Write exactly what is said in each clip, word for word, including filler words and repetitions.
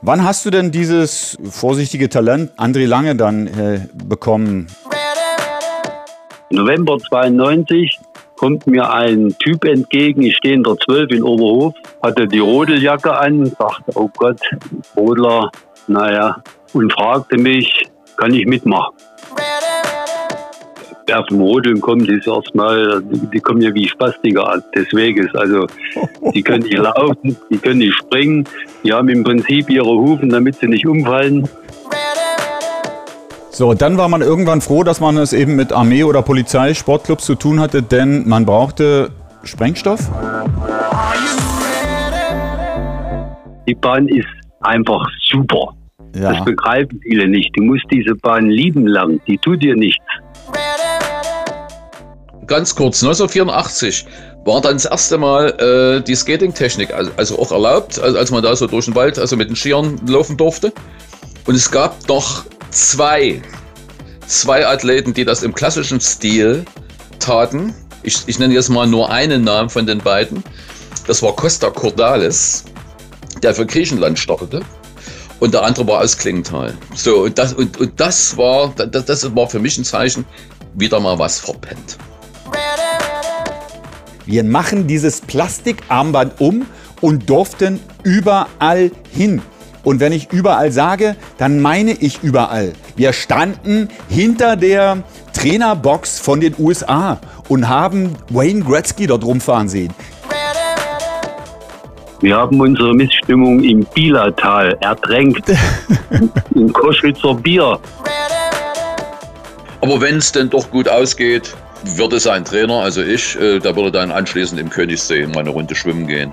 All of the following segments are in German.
Wann hast du denn dieses vorsichtige Talent André Lange dann äh, bekommen? November zweiundneunzig kommt mir ein Typ entgegen, ich stehe in der zwölf in Oberhof, hatte die Rodeljacke an, sagte, oh Gott, Rodler, naja, und fragte mich, kann ich mitmachen? Wer vom Rodeln kommt, ist erstmal, die kommen ja wie Spastiker des Weges. Also die können nicht laufen, die können nicht springen, die haben im Prinzip ihre Hufen, damit sie nicht umfallen. So, dann war man irgendwann froh, dass man es eben mit Armee oder Polizei, Sportclubs zu tun hatte, denn man brauchte Sprengstoff. Die Bahn ist einfach super. Ja. Das begreifen viele nicht. Du musst diese Bahn lieben lernen, die tut dir nichts. Ganz kurz, neunzehnhundertvierundachtzig war dann das erste Mal äh, die Skating-Technik, also, also auch erlaubt, also als man da so durch den Wald, also mit den Skiern laufen durfte. Und es gab noch zwei, zwei Athleten, die das im klassischen Stil taten. Ich, ich nenne jetzt mal nur einen Namen von den beiden. Das war Costa Cordalis, der für Griechenland startete. Und der andere war aus Klingenthal. So, und das, und, und das war, das, das war für mich ein Zeichen, wieder mal was verpennt. Wir machen dieses Plastikarmband um und durften überall hin. Und wenn ich überall sage, dann meine ich überall. Wir standen hinter der Trainerbox von den U S A und haben Wayne Gretzky dort rumfahren sehen. Wir haben unsere Missstimmung im Bielertal ertränkt, im Koschwitzer Bier. Aber wenn es denn doch gut ausgeht, würde sein Trainer, also ich, äh, der würde dann anschließend im Königssee mal eine Runde schwimmen gehen.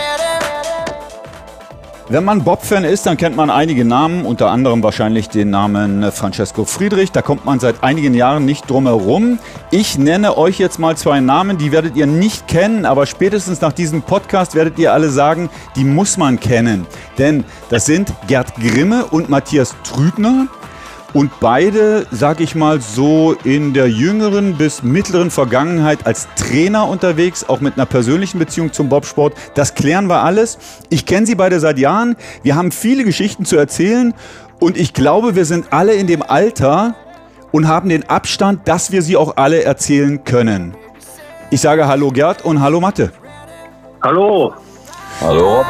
Wenn man Bob-Fan ist, dann kennt man einige Namen, unter anderem wahrscheinlich den Namen Francesco Friedrich. Da kommt man seit einigen Jahren nicht drum herum. Ich nenne euch jetzt mal zwei Namen, die werdet ihr nicht kennen, aber spätestens nach diesem Podcast werdet ihr alle sagen, die muss man kennen. Denn das sind Gerd Grimme und Matthias Trübner. Und beide, sag ich mal so, in der jüngeren bis mittleren Vergangenheit als Trainer unterwegs, auch mit einer persönlichen Beziehung zum Bobsport. Das klären wir alles. Ich kenne sie beide seit Jahren. Wir haben viele Geschichten zu erzählen. Und ich glaube, wir sind alle in dem Alter und haben den Abstand, dass wir sie auch alle erzählen können. Ich sage Hallo Gerd und Hallo Mathe. Hallo. Hallo.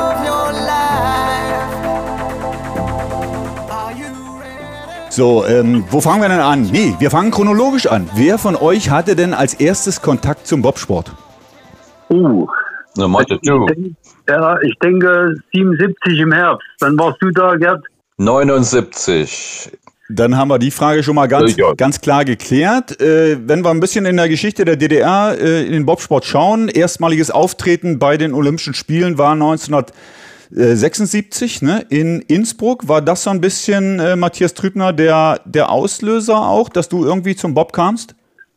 So, ähm, wo fangen wir denn an? Nee, wir fangen chronologisch an. Wer von euch hatte denn als erstes Kontakt zum Bobsport? Uh. Na, Mathe, du. Ja, ich denke siebenundsiebzig im Herbst. Dann warst du da, Gerd? neunundsiebzig. Dann haben wir die Frage schon mal ganz, ja. ganz klar geklärt. Äh, wenn wir ein bisschen in der Geschichte der D D R äh, in den Bobsport schauen, erstmaliges Auftreten bei den Olympischen Spielen war neunzehnhundertsechsundsiebzig, ne, in Innsbruck. War das so ein bisschen, äh, Matthias Trübner, der, der Auslöser auch, dass du irgendwie zum Bob kamst?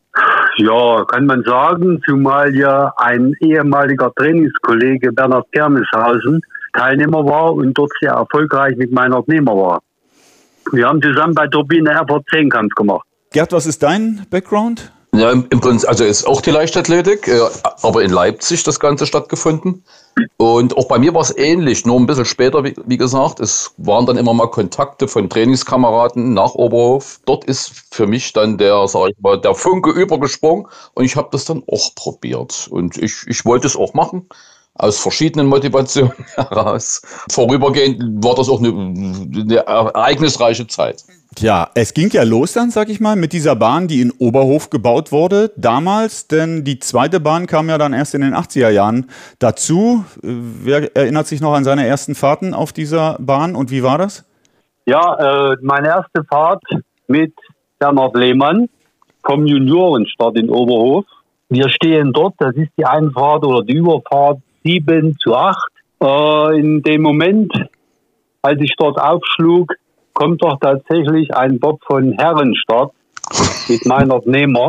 Ja, kann man sagen, zumal ja ein ehemaliger Trainingskollege Bernhard Germeshausen Teilnehmer war und dort sehr erfolgreich mit meiner Nehmer war. Wir haben zusammen bei Turbine R V Zehnkampf gemacht. Gerd, was ist dein Background? Ja, im, im Prinzip, also ist auch die Leichtathletik, äh, aber in Leipzig das Ganze stattgefunden. Und auch bei mir war es ähnlich, nur ein bisschen später, wie, wie gesagt. Es waren dann immer mal Kontakte von Trainingskameraden nach Oberhof. Dort ist für mich dann der, sag ich mal, der Funke übergesprungen und ich habe das dann auch probiert. Und ich, ich wollte es auch machen. Aus verschiedenen Motivationen heraus. Vorübergehend war das auch eine, eine ereignisreiche Zeit. Ja, es ging ja los dann, sag ich mal, mit dieser Bahn, die in Oberhof gebaut wurde damals, denn die zweite Bahn kam ja dann erst in den achtziger Jahren dazu. Wer erinnert sich noch an seine ersten Fahrten auf dieser Bahn und wie war das? Ja, äh, meine erste Fahrt mit Bernhard Lehmann vom Juniorenstart in Oberhof. Wir stehen dort, das ist die Einfahrt oder die Überfahrt sieben zu acht. Äh, in dem Moment, als ich dort aufschlug, kommt doch tatsächlich ein Bob von Herrenstadt mit meiner Nehmer.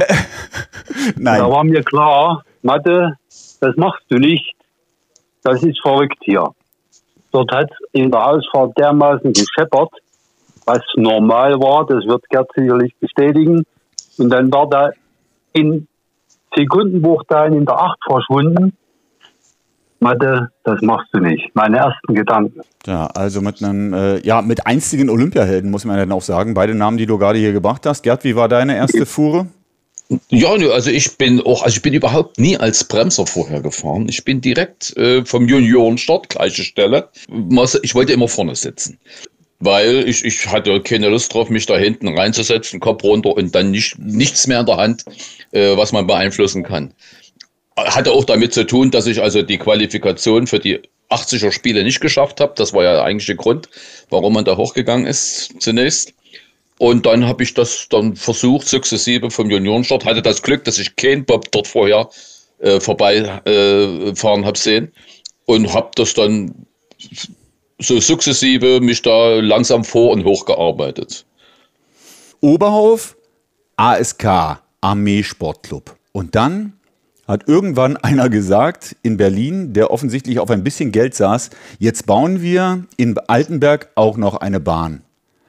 Nein. Da war mir klar, Mathe, das machst du nicht. Das ist verrückt hier. Dort hat in der Ausfahrt dermaßen gescheppert, was normal war, das wird Gerd sicherlich bestätigen. Und dann war da in Sekundenbruchteilen in der Acht verschwunden. Mathe, das machst du nicht. Meine ersten Gedanken. Ja, also mit einem, äh, ja, mit einstigen Olympiahelden, muss man dann auch sagen. Beide Namen, die du gerade hier gebracht hast. Gerd, wie war deine erste Fuhre? Ja, nö, also ich bin auch, also ich bin überhaupt nie als Bremser vorher gefahren. Ich bin direkt äh, vom Juniorenstart, gleiche Stelle. Ich wollte immer vorne sitzen. Weil ich, ich hatte keine Lust drauf, mich da hinten reinzusetzen, Kopf runter und dann nicht, nichts mehr in der Hand, äh, was man beeinflussen kann. Hatte auch damit zu tun, dass ich also die Qualifikation für die achtziger Spiele nicht geschafft habe. Das war ja eigentlich der Grund, warum man da hochgegangen ist zunächst. Und dann habe ich das dann versucht, sukzessive vom Juniorenstart. Hatte das Glück, dass ich keinen Bob dort vorher äh, vorbei äh, fahren habe sehen. Und habe das dann so sukzessive mich da langsam vor- und hochgearbeitet. Oberhof, A S K, Armeesportclub. Und dann hat irgendwann einer gesagt in Berlin, der offensichtlich auf ein bisschen Geld saß, jetzt bauen wir in Altenberg auch noch eine Bahn.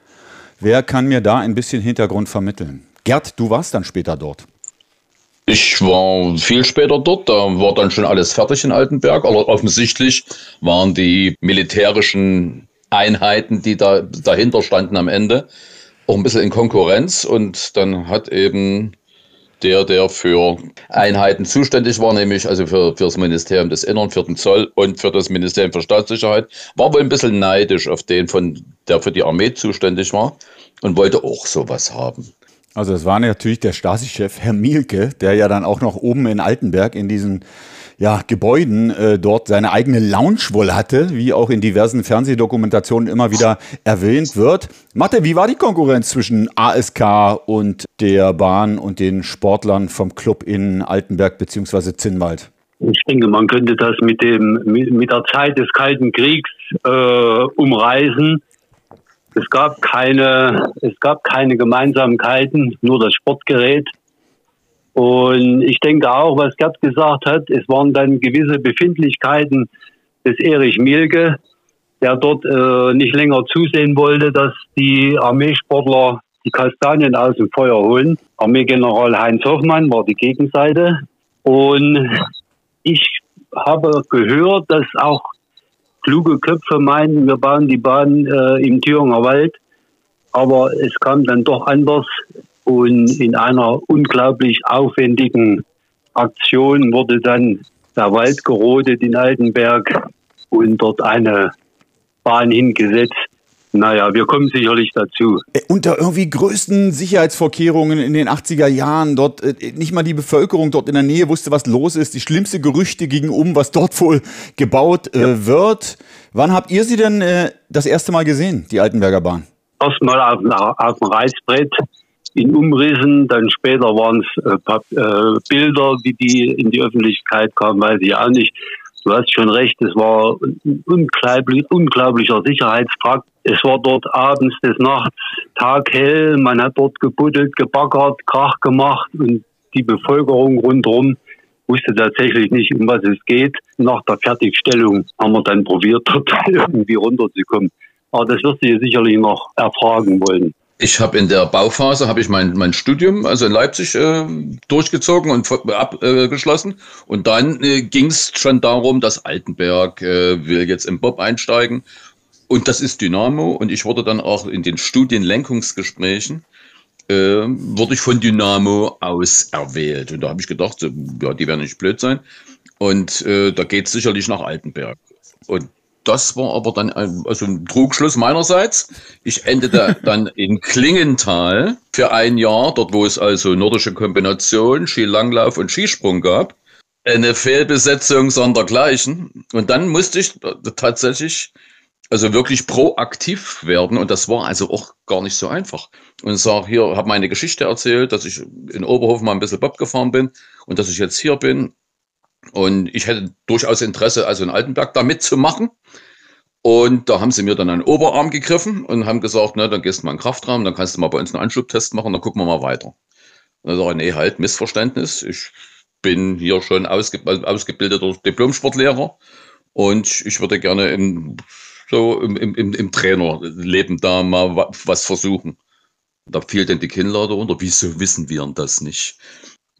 Wer kann mir da ein bisschen Hintergrund vermitteln? Gerd, du warst dann später dort. Ich war viel später dort, da war dann schon alles fertig in Altenberg, aber offensichtlich waren die militärischen Einheiten, die da dahinter standen am Ende, auch ein bisschen in Konkurrenz und dann hat eben der, der für Einheiten zuständig war, nämlich also für, für das Ministerium des Innern, für den Zoll und für das Ministerium für Staatssicherheit, war wohl ein bisschen neidisch auf den, von, der für die Armee zuständig war und wollte auch sowas haben. Also es war natürlich der Stasi-Chef, Herr Mielke, der ja dann auch noch oben in Altenberg in diesen ja, Gebäuden äh, dort seine eigene Lounge wohl hatte, wie auch in diversen Fernsehdokumentationen immer wieder erwähnt wird. Mathe, wie war die Konkurrenz zwischen A S K und der Bahn und den Sportlern vom Club in Altenberg bzw. Zinnwald? Ich denke, man könnte das mit, dem, mit der Zeit des Kalten Kriegs äh, umreißen. Es gab keine, es gab keine Gemeinsamkeiten, nur das Sportgerät. Und ich denke auch, was Gerd gesagt hat, es waren dann gewisse Befindlichkeiten des Erich Mielke, der dort äh, nicht länger zusehen wollte, dass die Armeesportler die Kastanien aus dem Feuer holen. Armeegeneral Heinz Hoffmann war die Gegenseite. Und ich habe gehört, dass auch kluge Köpfe meinten, wir bauen die Bahn äh, im Thüringer Wald. Aber es kam dann doch anders. Und in einer unglaublich aufwendigen Aktion wurde dann der Wald gerodet in Altenberg und dort eine Bahn hingesetzt. Naja, wir kommen sicherlich dazu. Unter irgendwie größten Sicherheitsvorkehrungen in den achtziger Jahren, dort nicht mal die Bevölkerung dort in der Nähe wusste, was los ist. Die schlimmste Gerüchte gingen um, was dort wohl gebaut äh, ja. wird. Wann habt ihr sie denn äh, das erste Mal gesehen, die Altenberger Bahn? Erstmal auf, auf dem Reißbrett in Umrissen, dann später waren es äh, äh, Bilder, wie die in die Öffentlichkeit kamen, weiß ich auch nicht. Du hast schon recht, es war ein unglaublich, unglaublicher Sicherheitstrakt. Es war dort abends des Nachts taghell, man hat dort gebuddelt, gebaggert, Krach gemacht und die Bevölkerung rundherum wusste tatsächlich nicht, um was es geht. Nach der Fertigstellung haben wir dann probiert, dort irgendwie runterzukommen. Aber das wirst du hier sicherlich noch erfragen wollen. Ich habe in der Bauphase habe ich mein mein Studium also in Leipzig äh, durchgezogen und abgeschlossen äh, und dann äh, ging es schon darum, dass Altenberg äh, will jetzt im Bob einsteigen und das ist Dynamo und ich wurde dann auch in den Studienlenkungsgesprächen äh, wurde ich von Dynamo aus erwählt und da habe ich gedacht, so, ja, die werden nicht blöd sein und äh, da geht es sicherlich nach Altenberg und das war aber dann ein, also ein Trugschluss meinerseits. Ich endete dann in Klingenthal für ein Jahr, dort wo es also nordische Kombination, Skilanglauf und Skisprung gab. Eine Fehlbesetzung sondergleichen. Und dann musste ich tatsächlich also wirklich proaktiv werden. Und das war also auch gar nicht so einfach. Und sag hier, habe meine Geschichte erzählt, dass ich in Oberhof mal ein bisschen Bob gefahren bin und dass ich jetzt hier bin. Und ich hätte durchaus Interesse, also in Altenberg da mitzumachen. Und da haben sie mir dann einen Oberarm gegriffen und haben gesagt, na, dann gehst du mal in den Kraftraum, dann kannst du mal bei uns einen Anschubtest machen, dann gucken wir mal weiter. Und dann sage ich, nee, halt, Missverständnis. Ich bin hier schon ausge ausgebildeter Diplomsportlehrer und ich würde gerne im, so im, im, im Trainerleben da mal was versuchen. Da fiel denn die Kinnlade unter. Wieso wissen wir das nicht?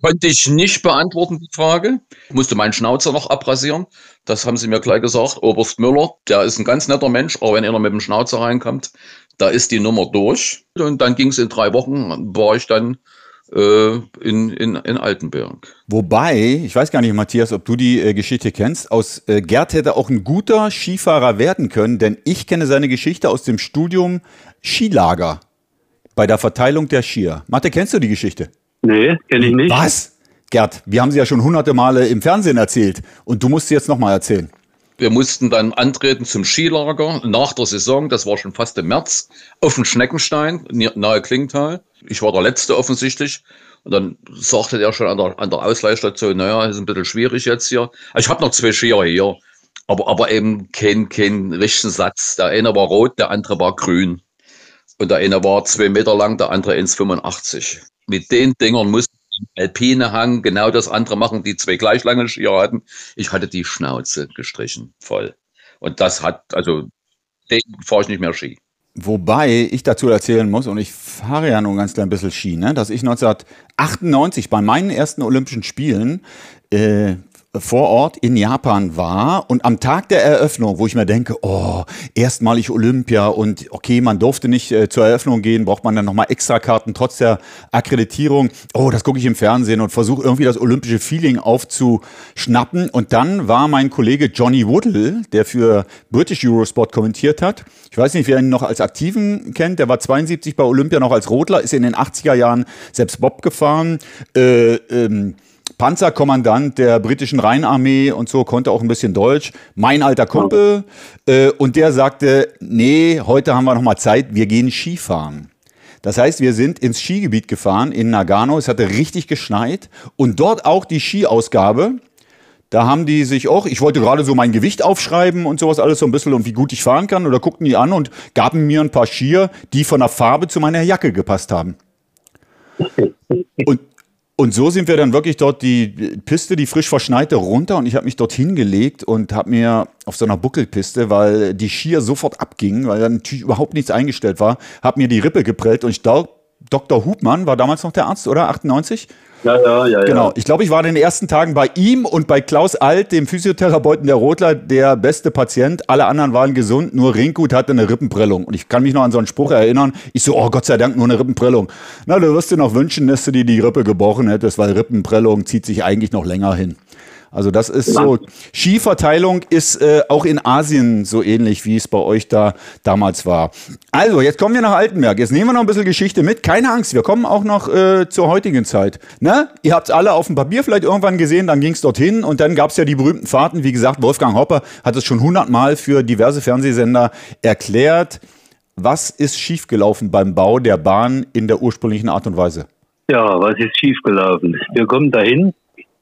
Konnte ich nicht beantworten, die Frage. Ich musste meinen Schnauzer noch abrasieren. Das haben sie mir gleich gesagt. Oberst Müller, der ist ein ganz netter Mensch, aber wenn einer mit dem Schnauzer reinkommt, da ist die Nummer durch. Und dann ging es in drei Wochen, war ich dann äh, in, in, in Altenberg. Wobei, ich weiß gar nicht, Matthias, ob du die äh, Geschichte kennst, aus äh, Gerd hätte auch ein guter Skifahrer werden können, denn ich kenne seine Geschichte aus dem Studium Skilager bei der Verteilung der Skier. Mathe, kennst du die Geschichte? Nee, kenne ich nicht. Was? Gerd, wir haben sie ja schon hunderte Male im Fernsehen erzählt und du musst sie jetzt nochmal erzählen. Wir mussten dann antreten zum Skilager nach der Saison, das war schon fast im März, auf dem Schneckenstein, nahe Klingenthal. Ich war der Letzte offensichtlich. Und dann sagte der schon an der, an der Ausleihstation, naja, ist ein bisschen schwierig jetzt hier. Ich habe noch zwei Skier hier, aber, aber eben kein, kein richtigen Satz. Der eine war rot, der andere war grün. Und der eine war zwei Meter lang, der andere eins Komma fünfundachtzig. Mit den Dingern mussten Alpine Hang genau das andere machen, die zwei gleich lange Skier hatten. Ich hatte die Schnauze gestrichen, voll. Und das hat, also, den fahre ich nicht mehr Ski. Wobei ich dazu erzählen muss, und ich fahre ja nur ein ganz klein bisschen Ski, ne, dass ich neunzehnhundertachtundneunzig bei meinen ersten Olympischen Spielen äh, vor Ort in Japan war und am Tag der Eröffnung, wo ich mir denke, oh, erstmalig Olympia und okay, man durfte nicht äh, zur Eröffnung gehen, braucht man dann nochmal Extrakarten trotz der Akkreditierung. Oh, das gucke ich im Fernsehen und versuche irgendwie das olympische Feeling aufzuschnappen. Und dann war mein Kollege Johnny Woodall, der für British Eurosport kommentiert hat. Ich weiß nicht, wer ihn noch als Aktiven kennt. Der war zweiundsiebzig bei Olympia noch als Rodler, ist in den achtziger Jahren selbst Bob gefahren. Äh, ähm, Panzerkommandant der britischen Rheinarmee und so, konnte auch ein bisschen Deutsch. Mein alter Kumpel. Äh, und der sagte, nee, heute haben wir noch mal Zeit, wir gehen Skifahren. Das heißt, wir sind ins Skigebiet gefahren in Nagano. Es hatte richtig geschneit. Und dort auch die Skiausgabe. Da haben die sich auch, ich wollte gerade so mein Gewicht aufschreiben und sowas alles so ein bisschen und wie gut ich fahren kann. Und da guckten die an und gaben mir ein paar Skier, die von der Farbe zu meiner Jacke gepasst haben. Und Und so sind wir dann wirklich dort die Piste, die frisch verschneite, runter und ich habe mich dort hingelegt und habe mir auf so einer Buckelpiste, weil die Skier sofort abgingen, weil dann natürlich überhaupt nichts eingestellt war, habe mir die Rippe geprellt und ich glaube, Doktor Hubmann war damals noch der Arzt, oder? achtundneunzig? Ja, ja, ja. Genau. Ja. Ich glaube, ich war in den ersten Tagen bei ihm und bei Klaus Alt, dem Physiotherapeuten der Rodler, der beste Patient. Alle anderen waren gesund, nur Rinkhut hatte eine Rippenprellung. Und ich kann mich noch an so einen Spruch erinnern. Ich so, oh Gott sei Dank, nur eine Rippenprellung. Na, du wirst dir noch wünschen, dass du dir die Rippe gebrochen hättest, weil Rippenprellung zieht sich eigentlich noch länger hin. Also das ist so, Skiverteilung ist äh, auch in Asien so ähnlich, wie es bei euch da damals war. Also, jetzt kommen wir nach Altenberg. Jetzt nehmen wir noch ein bisschen Geschichte mit. Keine Angst, wir kommen auch noch äh, zur heutigen Zeit. Ne? Ihr habt es alle auf dem Papier vielleicht irgendwann gesehen, dann ging es dorthin und dann gab es ja die berühmten Fahrten. Wie gesagt, Wolfgang Hopper hat es schon hundertmal für diverse Fernsehsender erklärt. Was ist schiefgelaufen beim Bau der Bahn in der ursprünglichen Art und Weise? Ja, was ist schiefgelaufen? Wir kommen dahin.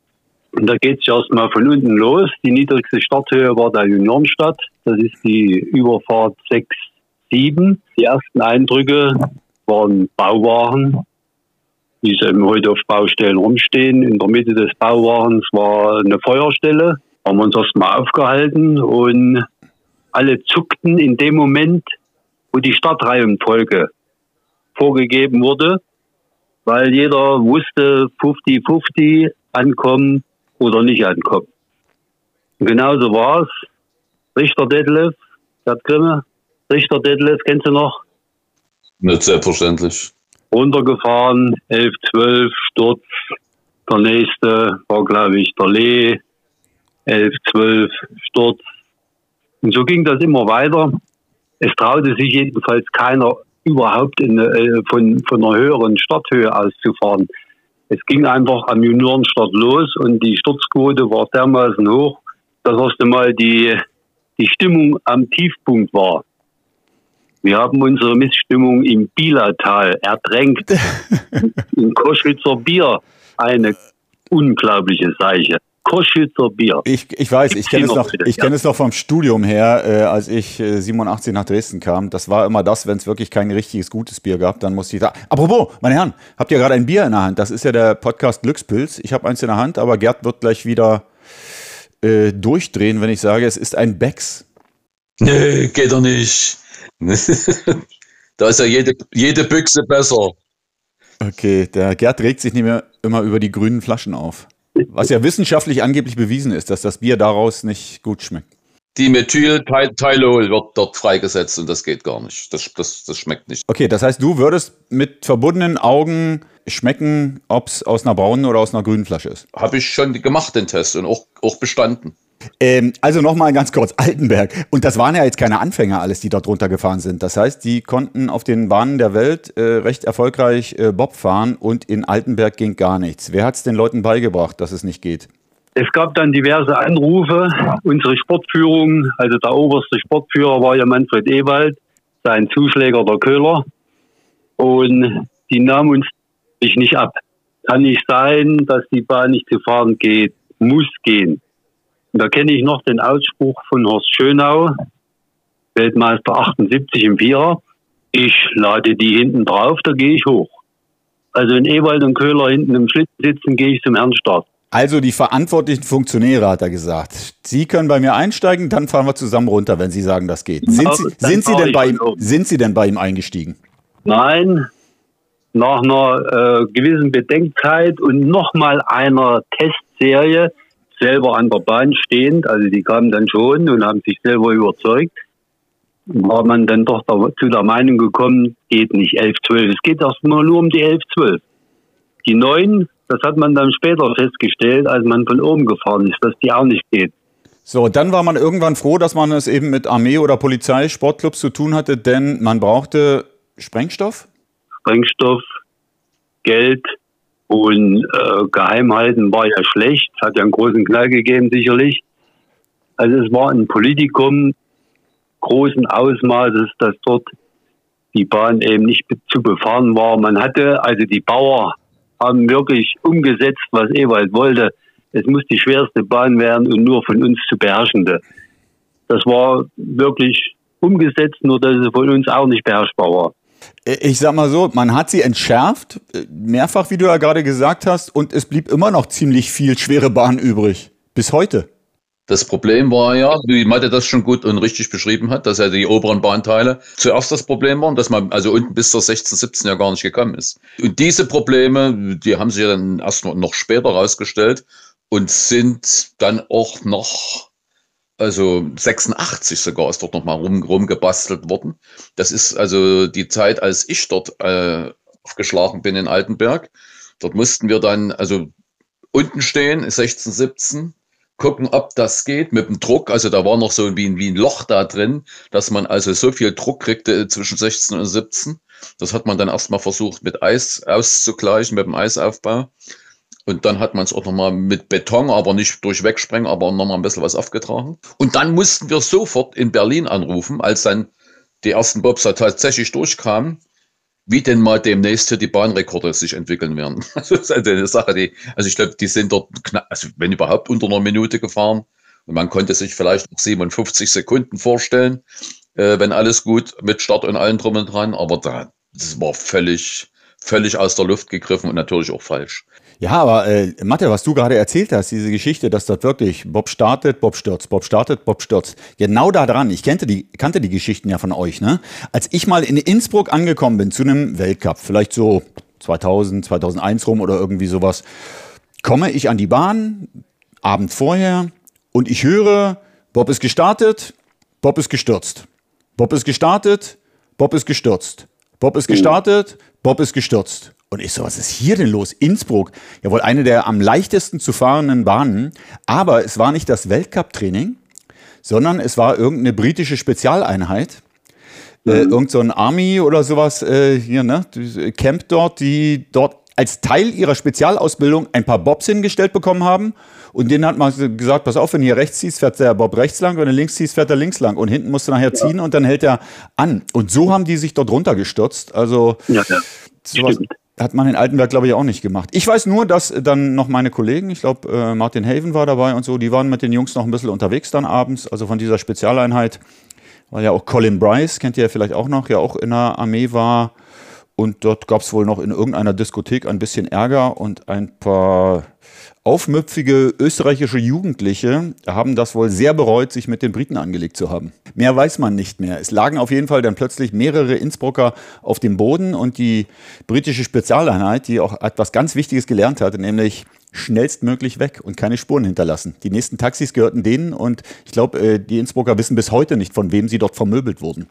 Und da geht es erstmal von unten los. Die niedrigste Starthöhe war der Juniorenstadt. Das ist die Überfahrt sechs sieben. Die ersten Eindrücke waren Bauwagen, wie sie eben heute auf Baustellen rumstehen. In der Mitte des Bauwagens war eine Feuerstelle. Haben wir uns erstmal aufgehalten und alle zuckten in dem Moment, wo die Stadtreihenfolge vorgegeben wurde, weil jeder wusste, fünfzig fünfzig ankommen oder nicht ankommen. Und genauso war es. Richter Detlef, Gerd Grimme, Richter Detlef, kennst du noch? Nicht selbstverständlich. Runtergefahren, elf zwölf, Sturz. Der nächste war, glaube ich, der Lee, elf zwölf, Sturz. Und so ging das immer weiter. Es traute sich jedenfalls keiner überhaupt in, äh, von, von einer höheren Starthöhe auszufahren. Es ging einfach am Juniorenstart los und die Sturzquote war dermaßen hoch, dass erst einmal die, die Stimmung am Tiefpunkt war. Wir haben unsere Missstimmung im Bielertal ertränkt. In Koschwitzer Bier eine unglaubliche Seiche. Koschwitzer Bier. Ich, ich weiß, ich kenne es noch, ich kenne es noch vom Studium her, äh, als ich äh, siebenundachtzig nach Dresden kam. Das war immer das, wenn es wirklich kein richtiges gutes Bier gab, dann musste ich da. Apropos, meine Herren, habt ihr gerade ein Bier in der Hand? Das ist ja der Podcast Glückspilz. Ich habe eins in der Hand, aber Gerd wird gleich wieder äh, durchdrehen, wenn ich sage, es ist ein Becks. Nee, geht doch nicht. Da ist ja jede, jede Büchse besser. Okay, der Gerd regt sich nicht mehr immer über die grünen Flaschen auf. Was ja wissenschaftlich angeblich bewiesen ist, dass das Bier daraus nicht gut schmeckt. Dimethyltylol wird dort freigesetzt und das geht gar nicht. Das, das, das schmeckt nicht. Okay, das heißt, du würdest mit verbundenen Augen schmecken, ob es aus einer braunen oder aus einer grünen Flasche ist. Habe ich schon gemacht, den Test, und auch, auch bestanden. Ähm, also nochmal ganz kurz, Altenberg. Und das waren ja jetzt keine Anfänger alles, die dort runtergefahren sind. Das heißt, die konnten auf den Bahnen der Welt äh, recht erfolgreich äh, Bob fahren und in Altenberg ging gar nichts. Wer hat es den Leuten beigebracht, dass es nicht geht? Es gab dann diverse Anrufe. Unsere Sportführung, also der oberste Sportführer war ja Manfred Ewald, sein Zuschläger der Köhler. Und die nahmen uns nicht ab. Kann nicht sein, dass die Bahn nicht zu fahren geht, muss gehen. Und da kenne ich noch den Ausspruch von Horst Schönau, Weltmeister achtundsiebzig im Vierer. Ich lade die hinten drauf, da gehe ich hoch. Also wenn Ewald und Köhler hinten im Schlitten sitzen, gehe ich zum Herrenstart. Also die verantwortlichen Funktionäre, hat er gesagt. Sie können bei mir einsteigen, dann fahren wir zusammen runter, wenn Sie sagen, das geht. Sind, Ja, Sie, sind, Sie, denn bei ihm, um. sind Sie denn bei ihm eingestiegen? Nein, nach einer äh, gewissen Bedenkzeit und nochmal einer Testserie, selber an der Bahn stehend, also die kamen dann schon und haben sich selber überzeugt, war man dann doch da, zu der Meinung gekommen, geht nicht elf zwölf, es geht erstmal nur um die elf zwölf. Die neun, das hat man dann später festgestellt, als man von oben gefahren ist, dass die auch nicht geht. So, dann war man irgendwann froh, dass man es eben mit Armee oder Polizei, Sportclubs zu tun hatte, denn man brauchte Sprengstoff? Sprengstoff, Geld und äh, Geheimhalten war ja schlecht, hat ja einen großen Knall gegeben sicherlich. Also es war ein Politikum großen Ausmaßes, dass dort die Bahn eben nicht zu befahren war. Man hatte, also die Bauer haben wirklich umgesetzt, was Ewald wollte. Es muss die schwerste Bahn werden und nur von uns zu beherrschende. Das war wirklich umgesetzt, nur dass es von uns auch nicht beherrschbar war. Ich sag mal so, man hat sie entschärft, mehrfach, wie du ja gerade gesagt hast, und es blieb immer noch ziemlich viel schwere Bahn übrig. Bis heute. Das Problem war ja, wie Mathe das schon gut und richtig beschrieben hat, dass ja die oberen Bahnteile zuerst das Problem waren, dass man also unten bis zur sechzehn, siebzehn ja gar nicht gekommen ist. Und diese Probleme, die haben sich ja dann erst noch später rausgestellt und sind dann auch noch, also sechsundachtzig sogar ist dort noch mal rum, rumgebastelt worden. Das ist also die Zeit, als ich dort äh, aufgeschlagen bin in Altenberg. Dort mussten wir dann also unten stehen, sechzehn, siebzehn, gucken, ob das geht mit dem Druck. Also da war noch so wie ein, wie ein Loch da drin, dass man also so viel Druck kriegte zwischen sechzehn und siebzehn. Das hat man dann erstmal versucht mit Eis auszugleichen, mit dem Eisaufbau. Und dann hat man es auch nochmal mit Beton, aber nicht durch Wegsprengen, aber nochmal ein bisschen was aufgetragen. Und dann mussten wir sofort in Berlin anrufen, als dann die ersten Bobs tatsächlich durchkamen, wie denn mal demnächst hier die Bahnrekorde sich entwickeln werden. Also das ist eine Sache, die, also ich glaube, die sind dort, knapp, also wenn überhaupt unter einer Minute gefahren. Und man konnte sich vielleicht noch siebenundfünfzig Sekunden vorstellen, äh, wenn alles gut mit Start und allem drum und dran. Aber da, das war völlig, völlig aus der Luft gegriffen und natürlich auch falsch. Ja, aber äh, Mathe, was du gerade erzählt hast, diese Geschichte, dass dort wirklich Bob startet, Bob stürzt, Bob startet, Bob stürzt. Genau da dran, ich kannte die, kannte die Geschichten ja von euch, ne? Als ich mal in Innsbruck angekommen bin zu einem Weltcup, vielleicht so zweitausend, zweitausendeins rum oder irgendwie sowas, komme ich an die Bahn, Abend vorher, und ich höre, Bob ist gestartet, Bob ist gestürzt. Bob ist gestartet, Bob ist gestürzt. Bob ist gestartet, Bob ist gestürzt. Und ich so, was ist hier denn los? Innsbruck, ja wohl eine der am leichtesten zu fahrenden Bahnen. Aber es war nicht das Weltcup-Training, sondern es war irgendeine britische Spezialeinheit. Mhm. Äh, irgend so ein Army oder sowas äh, hier, ne? Camp dort, die dort als Teil ihrer Spezialausbildung ein paar Bobs hingestellt bekommen haben. Und denen hat man gesagt, pass auf, wenn du hier rechts ziehst, fährt der Bob rechts lang, wenn du links ziehst, fährt er links lang. Und hinten musst du nachher ziehen ja. Und dann hält er an. Und so haben die sich dort runtergestürzt. Also ja, ja. sowas hat man in Altenberg, glaube ich, auch nicht gemacht. Ich weiß nur, dass dann noch meine Kollegen, ich glaube, äh, Martin Haven war dabei und so, die waren mit den Jungs noch ein bisschen unterwegs dann abends, also von dieser Spezialeinheit, weil ja auch Colin Bryce, kennt ihr ja vielleicht auch noch, ja auch in der Armee war. Und dort gab es wohl noch in irgendeiner Diskothek ein bisschen Ärger und ein paar Aufmüpfige österreichische Jugendliche haben das wohl sehr bereut, sich mit den Briten angelegt zu haben. Mehr weiß man nicht mehr. Es lagen auf jeden Fall dann plötzlich mehrere Innsbrucker auf dem Boden und die britische Spezialeinheit, die auch etwas ganz Wichtiges gelernt hatte, nämlich schnellstmöglich weg und keine Spuren hinterlassen. Die nächsten Taxis gehörten denen und ich glaube, die Innsbrucker wissen bis heute nicht, von wem sie dort vermöbelt wurden.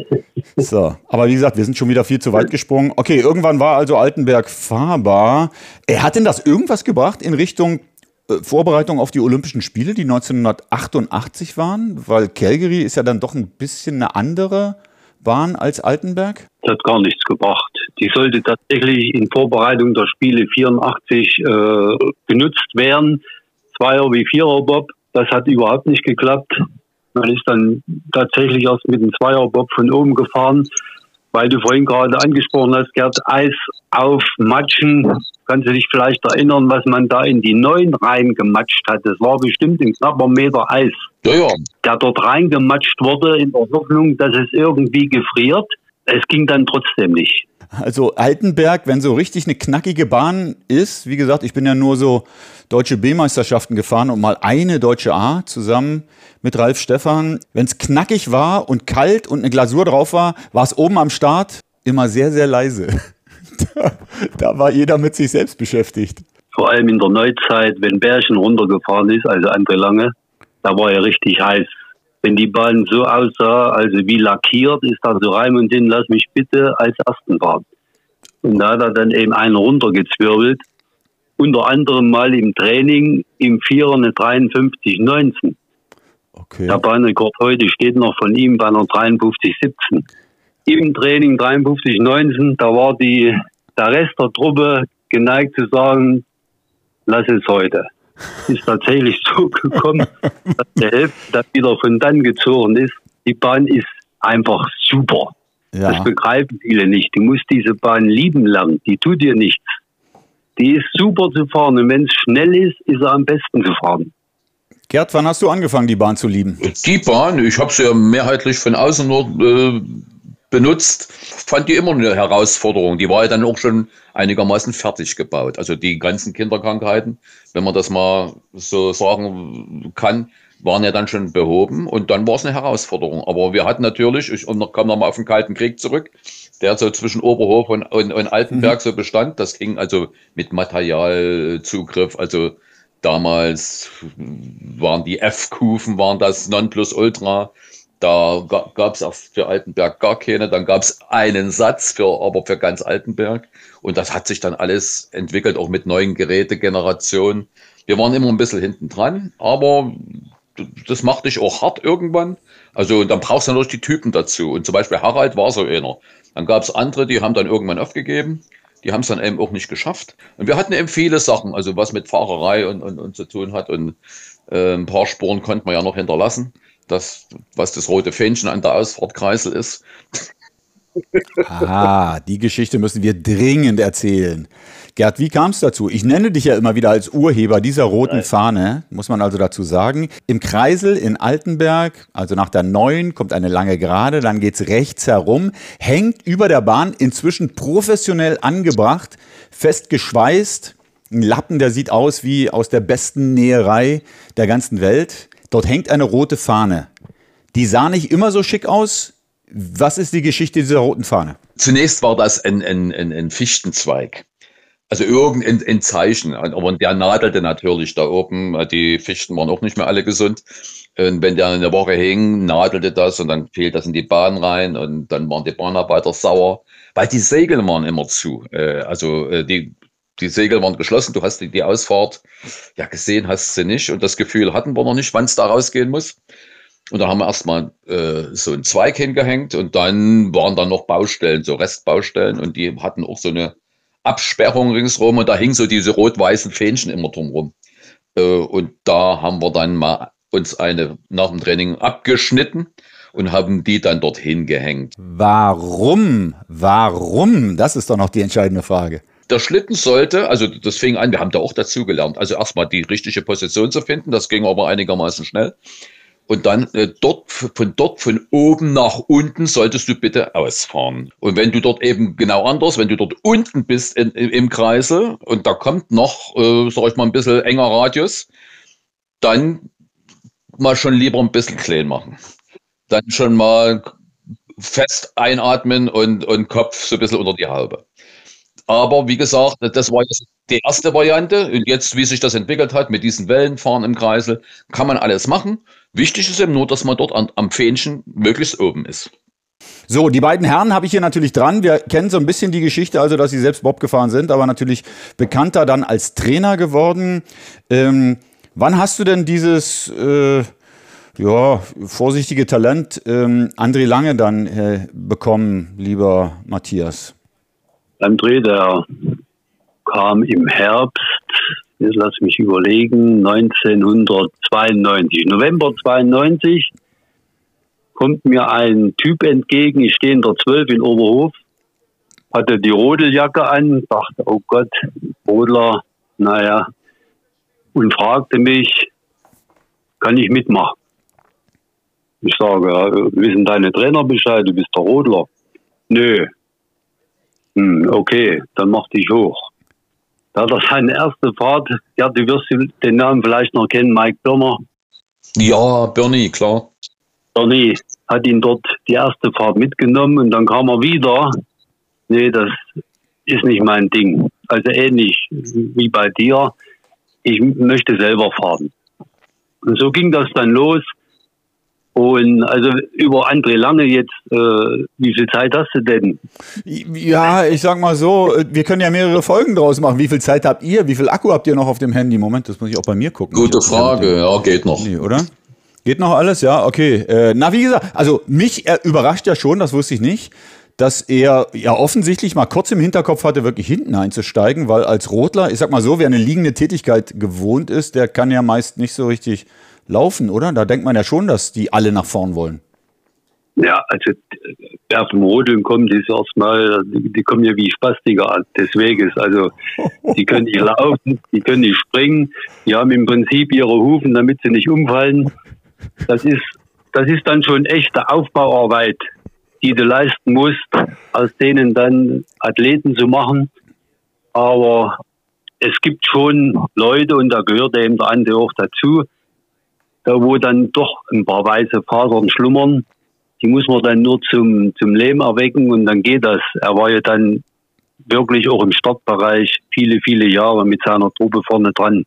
So, aber wie gesagt, wir sind schon wieder viel zu weit gesprungen. Okay, irgendwann war also Altenberg fahrbar. Er hat denn das irgendwas gebracht in Richtung äh, Vorbereitung auf die Olympischen Spiele, die neunzehnhundertachtundachtzig waren? Weil Calgary ist ja dann doch ein bisschen eine andere Bahn als Altenberg. Das hat gar nichts gebracht. Die sollte tatsächlich in Vorbereitung der Spiele vierundachtzig äh, genutzt werden. Zweier- wie Vierer-Bob. Das hat überhaupt nicht geklappt. Man ist dann tatsächlich erst mit dem Zweierbob von oben gefahren, weil du vorhin gerade angesprochen hast, Gerd, Eis auf Matschen. Kannst du dich vielleicht erinnern, was man da in die Neun reingematscht hat? Das war bestimmt ein knapper Meter Eis, Ja, ja. der dort reingematscht wurde in der Hoffnung, dass es irgendwie gefriert. Es ging dann trotzdem nicht. Also Altenberg, wenn so richtig eine knackige Bahn ist, wie gesagt, ich bin ja nur so deutsche B-Meisterschaften gefahren und mal eine deutsche A zusammen mit Ralf Stephan. Wenn es knackig war und kalt und eine Glasur drauf war, war es oben am Start immer sehr, sehr leise. Da, da war jeder mit sich selbst beschäftigt. Vor allem in der Neuzeit, wenn Bärchen runtergefahren ist, also André Lange, da war er richtig heiß. Wenn die Bahn so aussah, also wie lackiert, ist da so Raimund hin, lass mich bitte als Ersten fahren. Und da hat er dann eben einen runtergezwirbelt. Unter anderem mal im Training im Vierer eine dreiundfünfzig neunzehn. Okay. Der Bahnrekord heute steht noch von ihm bei einer dreiundfünfzig siebzehn. Im Training dreiundfünfzig neunzehn, da war die, der Rest der Truppe geneigt zu sagen, lass es heute. Ist tatsächlich so gekommen, dass der Hälfte dann wieder von dann gezogen ist. Die Bahn ist einfach super. Ja. Das begreifen viele nicht. Du musst diese Bahn lieben lernen. Die tut dir nichts. Die ist super zu fahren. Und wenn es schnell ist, ist er am besten zu fahren. Gerd, wann hast du angefangen, die Bahn zu lieben? Die Bahn, ich habe sie ja mehrheitlich von außen nur äh, benutzt, fand die immer eine Herausforderung. Die war ja dann auch schon einigermaßen fertig gebaut. Also die ganzen Kinderkrankheiten, wenn man das mal so sagen kann, waren ja dann schon behoben und dann war es eine Herausforderung. Aber wir hatten natürlich, ich komme nochmal auf den Kalten Krieg zurück, der so zwischen Oberhof und, und, und Altenberg mhm. so bestand. Das ging also mit Materialzugriff, also damals waren die F-Kufen, waren das Nonplusultra. Da gab es erst für Altenberg gar keine, dann gab es einen Satz, für, aber für ganz Altenberg. Und das hat sich dann alles entwickelt, auch mit neuen Gerätegenerationen. Wir waren immer ein bisschen hinten dran, aber das macht dich auch hart irgendwann. Also dann brauchst du natürlich die Typen dazu. Und zum Beispiel Harald war so einer. Dann gab es andere, die haben dann irgendwann aufgegeben. Die haben es dann eben auch nicht geschafft. Und wir hatten eben viele Sachen, also was mit Fahrerei und, und, und zu tun hat. Und äh, ein paar Spuren konnte man ja noch hinterlassen. Das, was das rote Fähnchen an der Ausfahrtkreisel ist. Ah, die Geschichte müssen wir dringend erzählen. Gerd, wie kam es dazu? Ich nenne dich ja immer wieder als Urheber dieser roten Nein. Fahne, muss man also dazu sagen. Im Kreisel in Altenberg, also nach der neun, kommt eine lange Gerade, dann geht es rechts herum, hängt über der Bahn, inzwischen professionell angebracht, fest geschweißt. Ein Lappen, der sieht aus wie aus der besten Näherei der ganzen Welt. Dort hängt eine rote Fahne. Die sah nicht immer so schick aus. Was ist die Geschichte dieser roten Fahne? Zunächst war das ein, ein, ein, ein Fichtenzweig. Also irgendein ein Zeichen. Aber der nadelte natürlich da oben. Die Fichten waren auch nicht mehr alle gesund. Und wenn der eine Woche hing, nadelte das und dann fiel das in die Bahn rein. Und dann waren die Bahnarbeiter sauer. Weil die Segel waren immer zu. Also die... Die Segel waren geschlossen, du hast die, die Ausfahrt ja gesehen, hast sie nicht. Und das Gefühl hatten wir noch nicht, wann es da rausgehen muss. Und da haben wir erstmal äh, so einen Zweig hingehängt und dann waren da noch Baustellen, so Restbaustellen. Und die hatten auch so eine Absperrung ringsrum und da hingen so diese rot-weißen Fähnchen immer drumherum. Äh, und da haben wir dann mal uns eine nach dem Training abgeschnitten und haben die dann dorthin gehängt. Warum? Warum? Das ist doch noch die entscheidende Frage. Der Schlitten sollte, also das fing an, wir haben da auch dazu gelernt, also erstmal die richtige Position zu finden, das ging aber einigermaßen schnell. Und dann äh, dort, von dort, von oben nach unten solltest du bitte ausfahren. Und wenn du dort eben genau anders, wenn du dort unten bist in, in, im Kreisel und da kommt noch, äh, sag ich mal, ein bisschen enger Radius, dann mal schon lieber ein bisschen klein machen. Dann schon mal fest einatmen und, und Kopf so ein bisschen unter die Haube. Aber wie gesagt, das war jetzt die erste Variante. Und jetzt, wie sich das entwickelt hat mit diesen Wellenfahren im Kreisel, kann man alles machen. Wichtig ist eben nur, dass man dort an, am Fähnchen möglichst oben ist. So, die beiden Herren habe ich hier natürlich dran. Wir kennen so ein bisschen die Geschichte, also dass sie selbst Bob gefahren sind, aber natürlich bekannter dann als Trainer geworden. Ähm, wann hast du denn dieses... Äh Ja, vorsichtige Talent ähm, André Lange dann äh, bekommen, lieber Matthias? André, der kam im Herbst, jetzt lass mich überlegen, neunzehnhundertzweiundneunzig. November zweiundneunzig kommt mir ein Typ entgegen, ich stehe in der zwölf in Oberhof, hatte die Rodeljacke an, dachte, oh Gott, Rodler, naja, und fragte mich, kann ich mitmachen? Ich sage, ja, wissen deine Trainer Bescheid, du bist der Rodler? Nö. Hm, okay, dann mach dich hoch. Da hat er seine erste Fahrt, ja, du wirst den Namen vielleicht noch kennen, Mike Birner. Ja, Bernie, klar. Bernie hat ihn dort die erste Fahrt mitgenommen und dann kam er wieder. Nee, das ist nicht mein Ding. Also ähnlich wie bei dir. Ich möchte selber fahren. Und so ging das dann los. Und also über André Lange jetzt, äh, wie viel Zeit hast du denn? Ja, ich sag mal so, wir können ja mehrere Folgen draus machen. Wie viel Zeit habt ihr? Wie viel Akku habt ihr noch auf dem Handy? Moment, das muss ich auch bei mir gucken. Gute Frage, ja, geht noch. Nee, oder? Geht noch alles? Ja, okay. Äh, na, wie gesagt, also mich äh, überrascht ja schon, das wusste ich nicht, dass er ja offensichtlich mal kurz im Hinterkopf hatte, wirklich hinten einzusteigen, weil als Rodler, ich sag mal so, wer eine liegende Tätigkeit gewohnt ist, der kann ja meist nicht so richtig laufen, oder? Da denkt man ja schon, dass die alle nach vorn wollen. Ja, also wer vom Rodeln kommt, ist erstmal, die, die kommen ja wie Spastiker des Weges. Also die können nicht laufen, die können nicht springen, die haben im Prinzip ihre Hufen, damit sie nicht umfallen. Das ist, das ist dann schon echte Aufbauarbeit, die du leisten musst, aus denen dann Athleten zu machen. Aber es gibt schon Leute, und da gehört eben der Ande auch dazu, da wo dann doch ein paar weiße Fasern schlummern, die muss man dann nur zum, zum Leben erwecken und dann geht das. Er war ja dann wirklich auch im Startbereich viele, viele Jahre mit seiner Truppe vorne dran.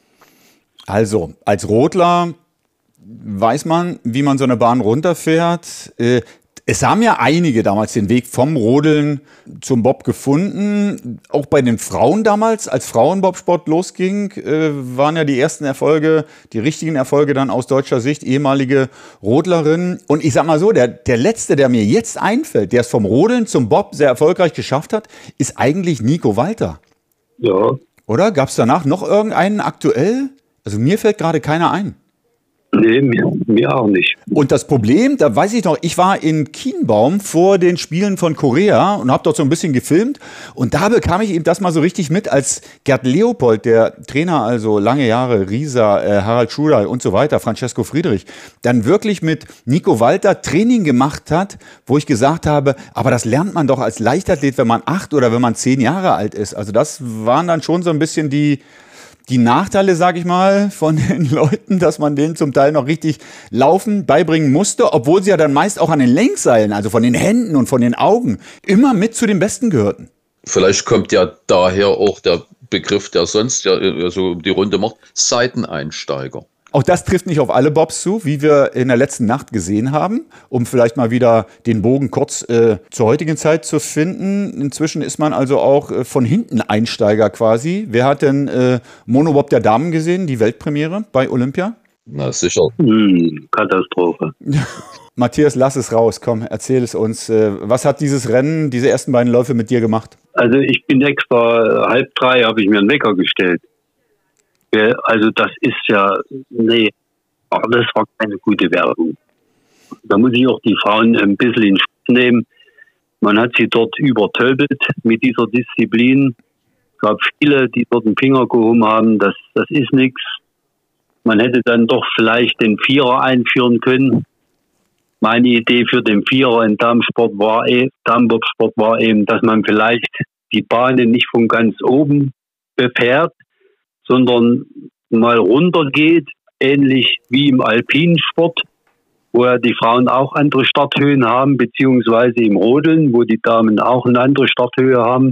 Also, als Rodler weiß man, wie man so eine Bahn runterfährt. Äh, Es haben ja einige damals den Weg vom Rodeln zum Bob gefunden. Auch bei den Frauen damals, als Frauenbobsport losging, äh, waren ja die ersten Erfolge, die richtigen Erfolge dann aus deutscher Sicht, ehemalige Rodlerinnen. Und ich sag mal so, der, der letzte, der mir jetzt einfällt, der es vom Rodeln zum Bob sehr erfolgreich geschafft hat, ist eigentlich Nico Walter. Ja. Oder? Gab es danach noch irgendeinen aktuell? Also mir fällt gerade keiner ein. Nee, mir, mir auch nicht. Und das Problem, da weiß ich noch, ich war in Kienbaum vor den Spielen von Korea und habe dort so ein bisschen gefilmt. Und da bekam ich eben das mal so richtig mit, als Gerd Leopold, der Trainer, also lange Jahre, Rieser, äh, Harald Schuler und so weiter, Francesco Friedrich, dann wirklich mit Nico Walter Training gemacht hat, wo ich gesagt habe, aber das lernt man doch als Leichtathlet, wenn man acht oder wenn man zehn Jahre alt ist. Also das waren dann schon so ein bisschen die... Die Nachteile, sage ich mal, von den Leuten, dass man denen zum Teil noch richtig Laufen beibringen musste, obwohl sie ja dann meist auch an den Lenkseilen, also von den Händen und von den Augen, immer mit zu den Besten gehörten. Vielleicht kommt ja daher auch der Begriff, der sonst ja so die Runde macht, Seiteneinsteiger. Auch das trifft nicht auf alle Bobs zu, wie wir in der letzten Nacht gesehen haben, um vielleicht mal wieder den Bogen kurz äh, zur heutigen Zeit zu finden. Inzwischen ist man also auch äh, von hinten Einsteiger quasi. Wer hat denn äh, Monobob der Damen gesehen, die Weltpremiere bei Olympia? Na sicher. Hm, Katastrophe. Matthias, lass es raus, komm, erzähl es uns. Äh, was hat dieses Rennen, diese ersten beiden Läufe mit dir gemacht? Also ich bin extra, halb drei habe ich mir einen Wecker gestellt. Also das ist ja, nee, das war keine gute Werbung. Da muss ich auch die Frauen ein bisschen in Schutz nehmen. Man hat sie dort übertölpelt mit dieser Disziplin. Es gab viele, die dort den Finger gehoben haben, das, das ist nichts. Man hätte dann doch vielleicht den Vierer einführen können. Meine Idee für den Vierer in Darmsport war, eh, Darmbobsport war eben, dass man vielleicht die Bahnen nicht von ganz oben befährt, sondern mal runtergeht, ähnlich wie im Alpinsport, wo ja die Frauen auch andere Starthöhen haben, beziehungsweise im Rodeln, wo die Damen auch eine andere Starthöhe haben.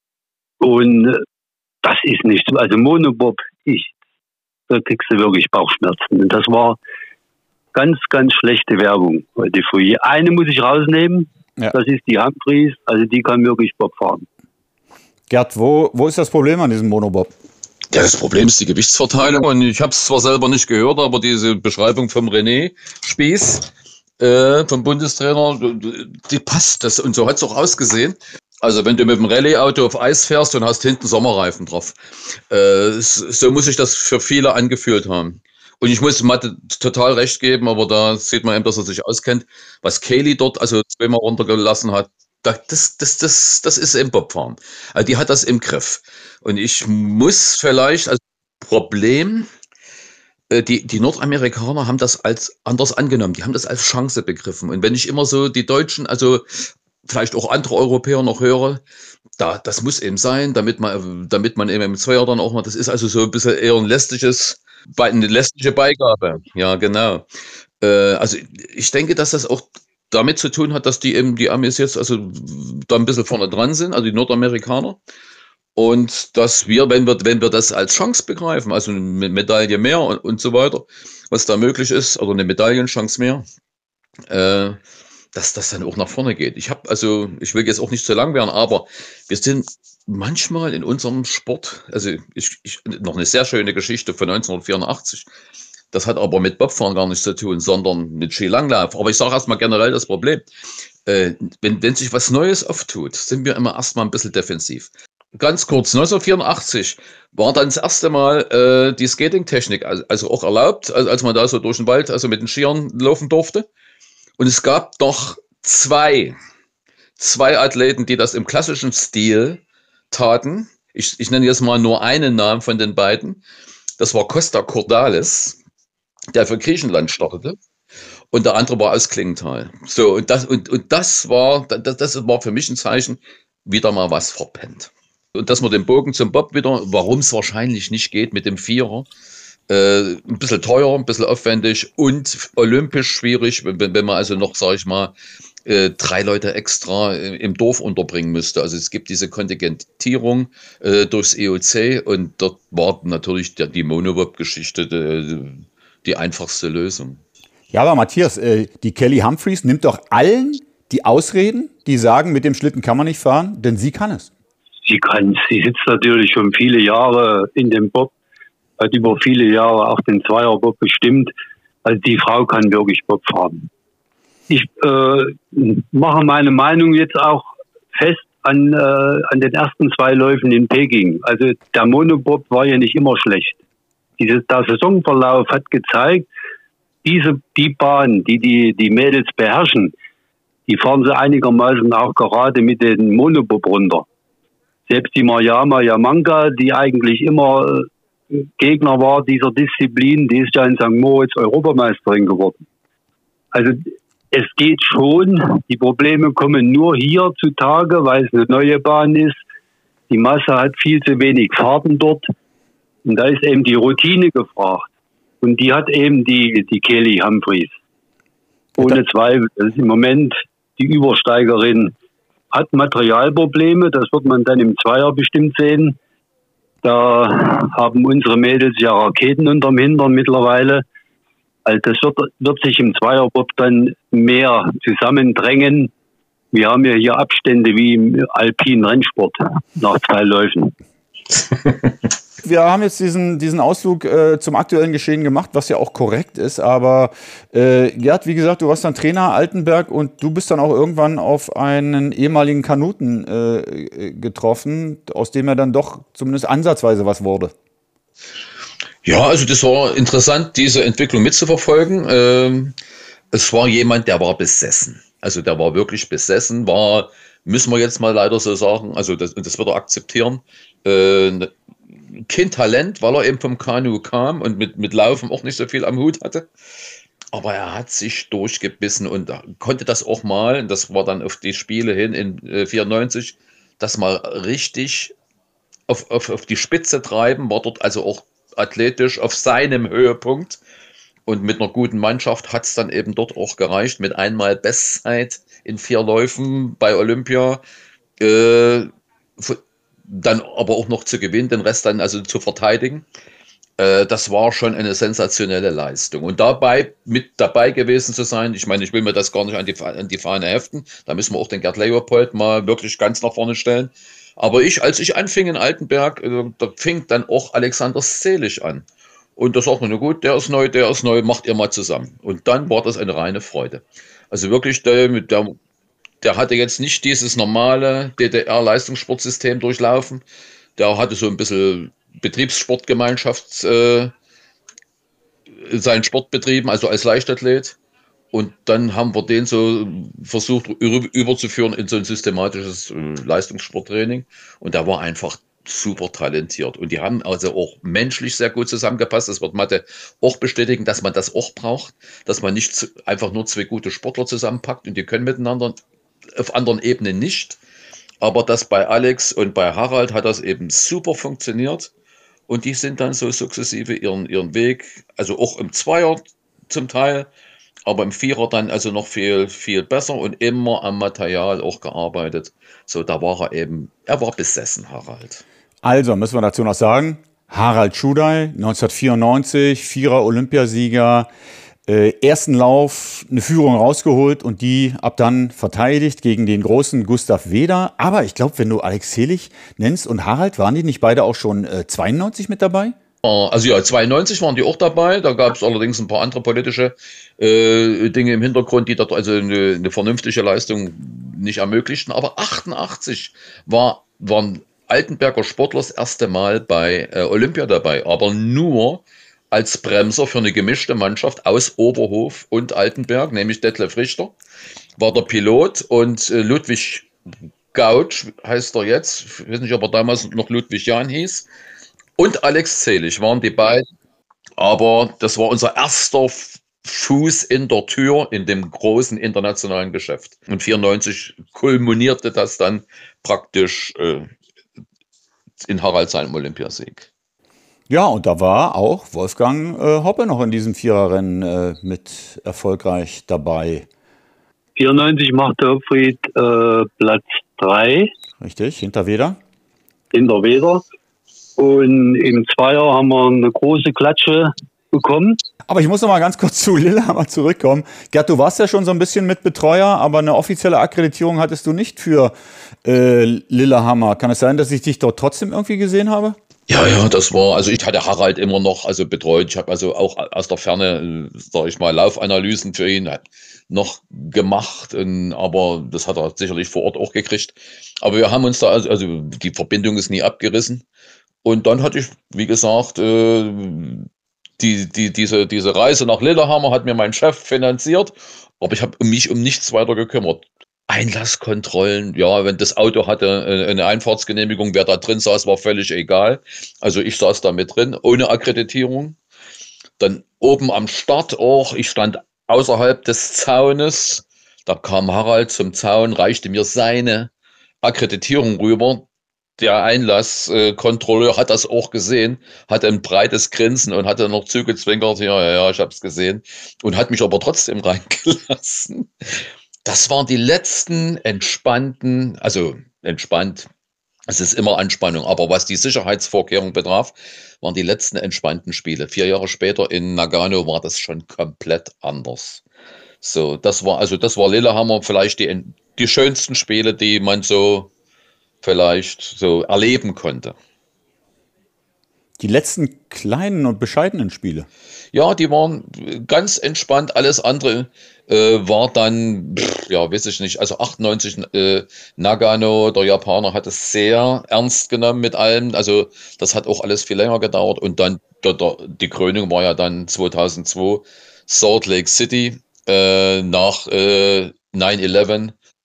Und das ist nicht so. Also Monobob, ich, da kriegst du wirklich Bauchschmerzen. Und das war ganz, ganz schlechte Werbung heute früh. Eine muss ich rausnehmen, ja. Das ist die Humphreys, also die kann wirklich Bob fahren. Gerd, wo, wo ist das Problem an diesem Monobob? Ja, das Problem ist die Gewichtsverteilung. Und ich habe es zwar selber nicht gehört, aber diese Beschreibung vom René Spieß, äh, vom Bundestrainer, die passt. Das, und so hat es auch ausgesehen. Also wenn du mit dem Rallye-Auto auf Eis fährst und hast hinten Sommerreifen drauf. Äh, so muss sich das für viele angefühlt haben. Und ich muss Mathe total recht geben, aber da sieht man eben, dass er sich auskennt. Was Kaylee dort also zweimal runtergelassen hat, das, das, das, das ist im Bobfahren. Also die hat das im Griff. Und ich muss vielleicht als Problem, die, die Nordamerikaner haben das als anders angenommen. Die haben das als Chance begriffen. Und wenn ich immer so die Deutschen, also vielleicht auch andere Europäer noch höre, da, das muss eben sein, damit man, damit man eben im Zweier dann auch mal, das ist also so ein bisschen eher ein lästiges, eine lästige Beigabe. Ja, genau. Äh, also ich denke, dass das auch damit zu tun hat, dass die eben, die Amis jetzt also da ein bisschen vorne dran sind, also die Nordamerikaner. Und dass wir, wenn wir, wenn wir das als Chance begreifen, also eine Medaille mehr und, und so weiter, was da möglich ist, oder eine Medaillenchance mehr, äh, dass das dann auch nach vorne geht. Ich habe, also, ich will jetzt auch nicht zu lang werden, aber wir sind manchmal in unserem Sport, also ich, ich, noch eine sehr schöne Geschichte von neunzehnhundertvierundachtzig. Das hat aber mit Bobfahren gar nichts zu tun, sondern mit Skilanglauf. Aber ich sage erstmal generell das Problem. Äh, wenn, wenn sich was Neues auftut, sind wir immer erstmal ein bisschen defensiv. Ganz kurz, neunzehnhundertvierundachtzig war dann das erste Mal äh, die Skating-Technik, also, also auch erlaubt, also als man da so durch den Wald, also mit den Skiern laufen durfte. Und es gab doch zwei, zwei Athleten, die das im klassischen Stil taten. Ich, ich nenne jetzt mal nur einen Namen von den beiden. Das war Costa Cordalis, der für Griechenland startete. Und der andere war aus Klingenthal. So, und das, und, und das war, das, das war für mich ein Zeichen, wieder mal was verpennt. Und dass man den Bogen zum Bob wieder, warum es wahrscheinlich nicht geht mit dem Vierer, äh, ein bisschen teuer, ein bisschen aufwendig und olympisch schwierig, wenn, wenn man also noch, sage ich mal, äh, drei Leute extra im Dorf unterbringen müsste. Also es gibt diese Kontingentierung äh, durchs E O C und dort war natürlich der, die Monobob-Geschichte die, die einfachste Lösung. Ja, aber Matthias, äh, die Kelly Humphreys nimmt doch allen die Ausreden, die sagen, mit dem Schlitten kann man nicht fahren, denn sie kann es. Sie kann es. Sie sitzt natürlich schon viele Jahre in dem Bob, hat über viele Jahre auch den Zweierbob bestimmt. Also die Frau kann wirklich Bob fahren. Ich äh, mache meine Meinung jetzt auch fest an, äh, an den ersten zwei Läufen in Peking. Also der Monobob war ja nicht immer schlecht. Dieses, der Saisonverlauf hat gezeigt, diese, die Bahn, die, die die Mädels beherrschen, die fahren sie einigermaßen auch gerade mit den Monobob runter. Selbst die Mariama Yamanka, die eigentlich immer Gegner war dieser Disziplin, die ist ja in Sankt Moritz Europameisterin geworden. Also es geht schon, die Probleme kommen nur hier zutage, weil es eine neue Bahn ist. Die Masse hat viel zu wenig Fahrten dort und da ist eben die Routine gefragt. Und die hat eben die, die Kelly Humphreys. Ohne Zweifel. Das ist im Moment die Übersteigerin. Hat Materialprobleme, das wird man dann im Zweier bestimmt sehen. Da haben unsere Mädels ja Raketen unterm Hintern mittlerweile. Also das wird, wird sich im Zweierbob dann mehr zusammendrängen. Wir haben ja hier Abstände wie im alpinen Rennsport nach zwei Läufen. Wir haben jetzt diesen, diesen Ausflug äh, zum aktuellen Geschehen gemacht, was ja auch korrekt ist. Aber äh, Gerd, wie gesagt, du warst dann Trainer Altenberg und du bist dann auch irgendwann auf einen ehemaligen Kanuten äh, getroffen, aus dem er dann doch zumindest ansatzweise was wurde. Ja, also das war interessant, diese Entwicklung mitzuverfolgen. Ähm, es war jemand, der war besessen. Also der war wirklich besessen, war, müssen wir jetzt mal leider so sagen, also das, das wird er akzeptieren, äh, kein Talent, weil er eben vom Kanu kam und mit, mit Laufen auch nicht so viel am Hut hatte. Aber er hat sich durchgebissen und konnte das auch mal, das war dann auf die Spiele hin in äh, vierundneunzig, das mal richtig auf, auf, auf die Spitze treiben, war dort also auch athletisch auf seinem Höhepunkt. Und mit einer guten Mannschaft hat es dann eben dort auch gereicht, mit einmal Bestzeit in vier Läufen bei Olympia, äh, dann aber auch noch zu gewinnen, den Rest dann also zu verteidigen. Äh, das war schon eine sensationelle Leistung. Und dabei mit dabei gewesen zu sein, ich meine, ich will mir das gar nicht an die, an die Fahne heften, da müssen wir auch den Gerd Leopold mal wirklich ganz nach vorne stellen. Aber ich, als ich anfing in Altenberg, äh, da fing dann auch Alexander Zelig an. Und da sagt man, na gut, der ist neu, der ist neu, macht ihr mal zusammen. Und dann war das eine reine Freude. Also wirklich, der, der, der hatte jetzt nicht dieses normale D D R-Leistungssportsystem durchlaufen. Der hatte so ein bisschen Betriebssportgemeinschaft äh, seinen Sport betrieben, also als Leichtathlet. Und dann haben wir den so versucht überzuführen in so ein systematisches äh, Leistungssporttraining. Und der war einfach super talentiert. Und die haben also auch menschlich sehr gut zusammengepasst. Das wird Mathe auch bestätigen, dass man das auch braucht, dass man nicht zu, einfach nur zwei gute Sportler zusammenpackt und die können miteinander auf anderen Ebenen nicht. Aber das bei Alex und bei Harald hat das eben super funktioniert. Und die sind dann so sukzessive ihren, ihren Weg, also auch im Zweier zum Teil, aber im Vierer dann also noch viel, viel besser und immer am Material auch gearbeitet. So, da war er eben, er war besessen, Harald. Also, müssen wir dazu noch sagen, Harald Schudai, neunzehnhundertvierundneunzig, Vierer Olympiasieger, äh, ersten Lauf, eine Führung rausgeholt und die ab dann verteidigt gegen den großen Gustav Weder. Aber ich glaube, wenn du Alex Zelig nennst und Harald, waren die nicht beide auch schon äh, zweiundneunzig mit dabei? Also ja, zweiundneunzig waren die auch dabei, da gab es allerdings ein paar andere politische äh, Dinge im Hintergrund, die dort also eine, eine vernünftige Leistung nicht ermöglichten. Aber achtundachtzig war, waren Altenberger Sportler das erste Mal bei äh, Olympia dabei, aber nur als Bremser für eine gemischte Mannschaft aus Oberhof und Altenberg, nämlich Detlef Richter, war der Pilot und äh, Ludwig Gautsch heißt er jetzt, ich weiß nicht, ob er damals noch Ludwig Jahn hieß, und Alex Zelig waren die beiden, aber das war unser erster Fuß in der Tür in dem großen internationalen Geschäft. Und vierundneunzig kulminierte das dann praktisch äh, in Harald seinem Olympiasieg. Ja, und da war auch Wolfgang äh, Hoppe noch in diesem Viererrennen äh, mit erfolgreich dabei. vierundneunzig machte Hopfried äh, Platz drei. Richtig, hinter Weder. Hinter Weder. Und im Zweier haben wir eine große Klatsche bekommen. Aber ich muss noch mal ganz kurz zu Lillehammer zurückkommen. Gerd, du warst ja schon so ein bisschen mit Betreuer, aber eine offizielle Akkreditierung hattest du nicht für äh, Lillehammer. Kann es sein, dass ich dich dort trotzdem irgendwie gesehen habe? Ja, ja, das war, also ich hatte Harald immer noch also betreut. Ich habe also auch aus der Ferne, sage ich mal, Laufanalysen für ihn noch gemacht, aber das hat er sicherlich vor Ort auch gekriegt. Aber wir haben uns da, also, also die Verbindung ist nie abgerissen. Und dann hatte ich, wie gesagt, äh, die, die, diese, diese Reise nach Lillehammer hat mir mein Chef finanziert, aber ich habe mich um nichts weiter gekümmert. Einlasskontrollen, ja, wenn das Auto hatte eine Einfahrtsgenehmigung, wer da drin saß, war völlig egal. Also ich saß da mit drin, ohne Akkreditierung. Dann oben am Start auch, ich stand außerhalb des Zaunes, da kam Harald zum Zaun, reichte mir seine Akkreditierung rüber. Der Einlasskontrolleur hat das auch gesehen, hatte ein breites Grinsen und hatte noch zugezwinkert, ja, ja, ja, ich habe es gesehen und hat mich aber trotzdem reingelassen. Das waren die letzten entspannten, also entspannt, es ist immer Anspannung, aber was die Sicherheitsvorkehrung betraf, waren die letzten entspannten Spiele. Vier Jahre später in Nagano war das schon komplett anders. So, das war, also das war Lillehammer, vielleicht die, die schönsten Spiele, die man so vielleicht so erleben konnte. Die letzten kleinen und bescheidenen Spiele? Ja, die waren ganz entspannt. Alles andere äh, war dann, pff, ja, weiß ich nicht, also achtundneunzig äh, Nagano, der Japaner hat es sehr ernst genommen mit allem. Also das hat auch alles viel länger gedauert. Und dann der, der, die Krönung war ja dann zweitausendzwei Salt Lake City äh, nach äh, neun elf.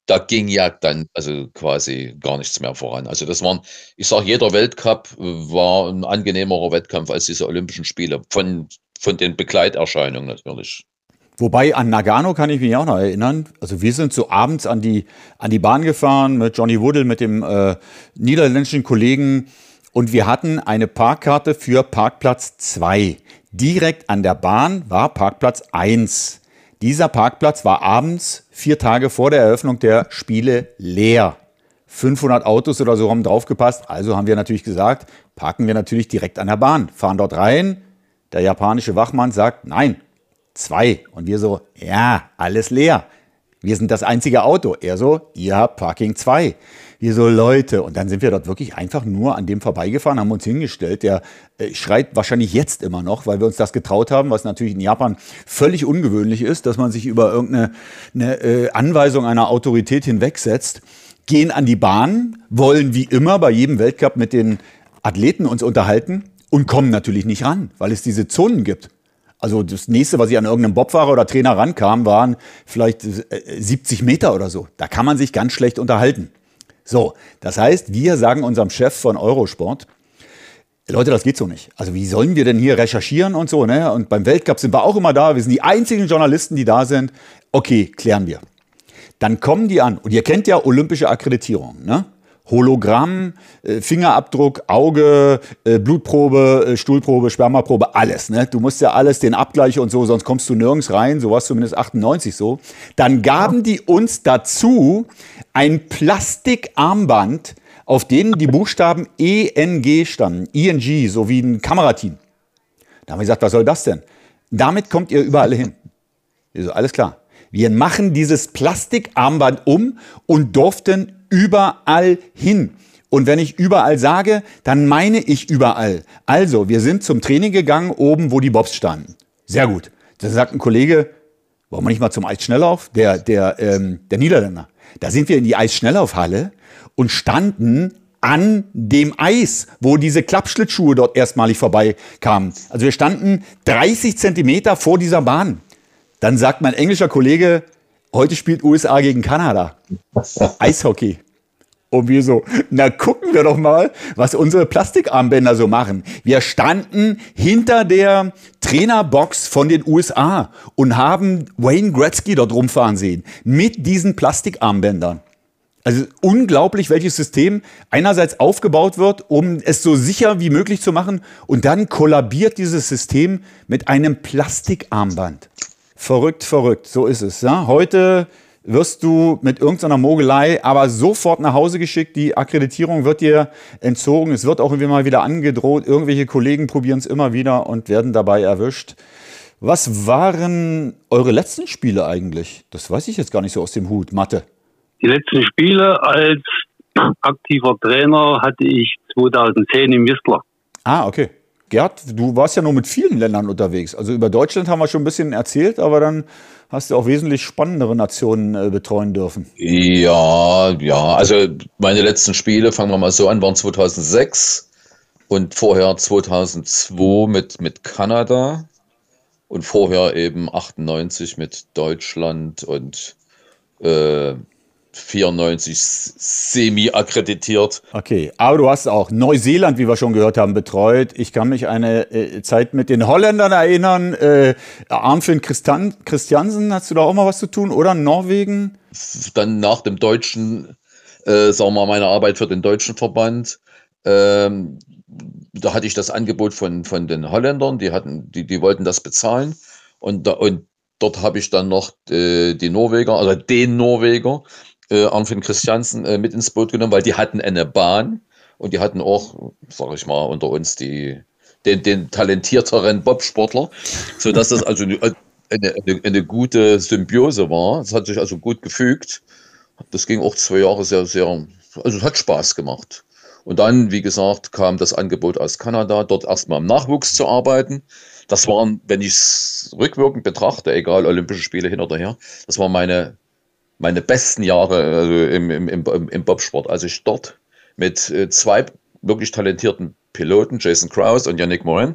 da ging ja dann also quasi gar nichts mehr voran. Also das waren, ich sage, jeder Weltcup war ein angenehmerer Wettkampf als diese Olympischen Spiele, von, von den Begleiterscheinungen natürlich. Wobei an Nagano kann ich mich auch noch erinnern. Also wir sind so abends an die, an die Bahn gefahren mit Johnny Woodall, mit dem äh, niederländischen Kollegen. Und wir hatten eine Parkkarte für Parkplatz zwei. Direkt an der Bahn war Parkplatz eins. Dieser Parkplatz war abends, vier Tage vor der Eröffnung der Spiele, leer. fünfhundert Autos oder so haben draufgepasst. Also haben wir natürlich gesagt, parken wir natürlich direkt an der Bahn. Fahren dort rein. Der japanische Wachmann sagt, nein, zwei. Und wir so, ja, alles leer. Wir sind das einzige Auto. Er so, ihr habt Parking zwei. Wir so, Leute. Und dann sind wir dort wirklich einfach nur an dem vorbeigefahren, haben uns hingestellt. Der äh, schreit wahrscheinlich jetzt immer noch, weil wir uns das getraut haben, was natürlich in Japan völlig ungewöhnlich ist, dass man sich über irgendeine eine, äh, Anweisung einer Autorität hinwegsetzt. Gehen an die Bahn, wollen wie immer bei jedem Weltcup mit den Athleten uns unterhalten und kommen natürlich nicht ran, weil es diese Zonen gibt. Also das nächste, was ich an irgendeinem Bobfahrer oder Trainer rankam, waren vielleicht siebzig Meter oder so. Da kann man sich ganz schlecht unterhalten. So, das heißt, wir sagen unserem Chef von Eurosport, Leute, das geht so nicht. Also wie sollen wir denn hier recherchieren und so, ne? Und beim Weltcup sind wir auch immer da. Wir sind die einzigen Journalisten, die da sind. Okay, klären wir. Dann kommen die an. Und ihr kennt ja olympische Akkreditierung, ne? Hologramm, äh, Fingerabdruck, Auge, äh, Blutprobe, äh, Stuhlprobe, Spermaprobe, alles. Ne? Du musst ja alles, den Abgleich und so, sonst kommst du nirgends rein. So war es zumindest achtundneunzig so. Dann gaben die uns dazu ein Plastikarmband, auf dem die Buchstaben E N G standen. I N G, so wie ein Kamerateam. Da haben wir gesagt, was soll das denn? Damit kommt ihr überall hin. So, alles klar. Wir machen dieses Plastikarmband um und durften überall hin. Und wenn ich überall sage, dann meine ich überall. Also, wir sind zum Training gegangen, oben, wo die Bobs standen. Sehr gut. Da sagt ein Kollege, wollen wir nicht mal zum Eisschnelllauf? Der, der, ähm, der Niederländer. Da sind wir in die Eisschnelllaufhalle und standen an dem Eis, wo diese Klappschlittschuhe dort erstmalig vorbeikamen. Also wir standen dreißig Zentimeter vor dieser Bahn. Dann sagt mein englischer Kollege, heute spielt U S A gegen Kanada. Eishockey. Und wir so, na gucken wir doch mal, was unsere Plastikarmbänder so machen. Wir standen hinter der Trainerbox von den U S A und haben Wayne Gretzky dort rumfahren sehen. Mit diesen Plastikarmbändern. Also unglaublich, welches System einerseits aufgebaut wird, um es so sicher wie möglich zu machen. Und dann kollabiert dieses System mit einem Plastikarmband. Verrückt, verrückt, so ist es. Ja? Heute wirst du mit irgendeiner Mogelei aber sofort nach Hause geschickt. Die Akkreditierung wird dir entzogen. Es wird auch immer mal wieder angedroht. Irgendwelche Kollegen probieren es immer wieder und werden dabei erwischt. Was waren eure letzten Spiele eigentlich? Das weiß ich jetzt gar nicht so aus dem Hut. Mathe. Die letzten Spiele als aktiver Trainer hatte ich zweitausendzehn in Whistler. Ah, okay. Gerd, du warst ja nur mit vielen Ländern unterwegs. Also über Deutschland haben wir schon ein bisschen erzählt, aber dann hast du auch wesentlich spannendere Nationen äh, betreuen dürfen. Ja, ja, also meine letzten Spiele, fangen wir mal so an, waren zweitausendsechs und vorher zweitausendzwei mit, mit Kanada und vorher eben achtundneunzig mit Deutschland und äh, vierundneunzig semi-akkreditiert. Okay, aber du hast auch Neuseeland, wie wir schon gehört haben, betreut. Ich kann mich eine äh, Zeit mit den Holländern erinnern. Äh, Arnfinn Christian, Christiansen, hast du da auch mal was zu tun? Oder Norwegen? Dann nach dem deutschen, äh, sagen wir mal, meine Arbeit für den deutschen Verband, ähm, da hatte ich das Angebot von, von den Holländern, die, hatten, die, die wollten das bezahlen. Und, da, und dort habe ich dann noch äh, die Norweger, also den Norweger, Äh, Arnfinn Christiansen äh, mit ins Boot genommen, weil die hatten eine Bahn und die hatten auch, sage ich mal, unter uns die, den, den talentierteren Bobsportler, sodass das also eine, eine, eine gute Symbiose war. Es hat sich also gut gefügt. Das ging auch zwei Jahre sehr, sehr, also es hat Spaß gemacht. Und dann, wie gesagt, kam das Angebot aus Kanada, dort erstmal im Nachwuchs zu arbeiten. Das waren, wenn ich es rückwirkend betrachte, egal, Olympische Spiele hin oder her, das waren meine meine besten Jahre also im, im, im, im Bobsport, als ich dort mit äh, zwei wirklich talentierten Piloten, Jason Krause und Yannick Morin,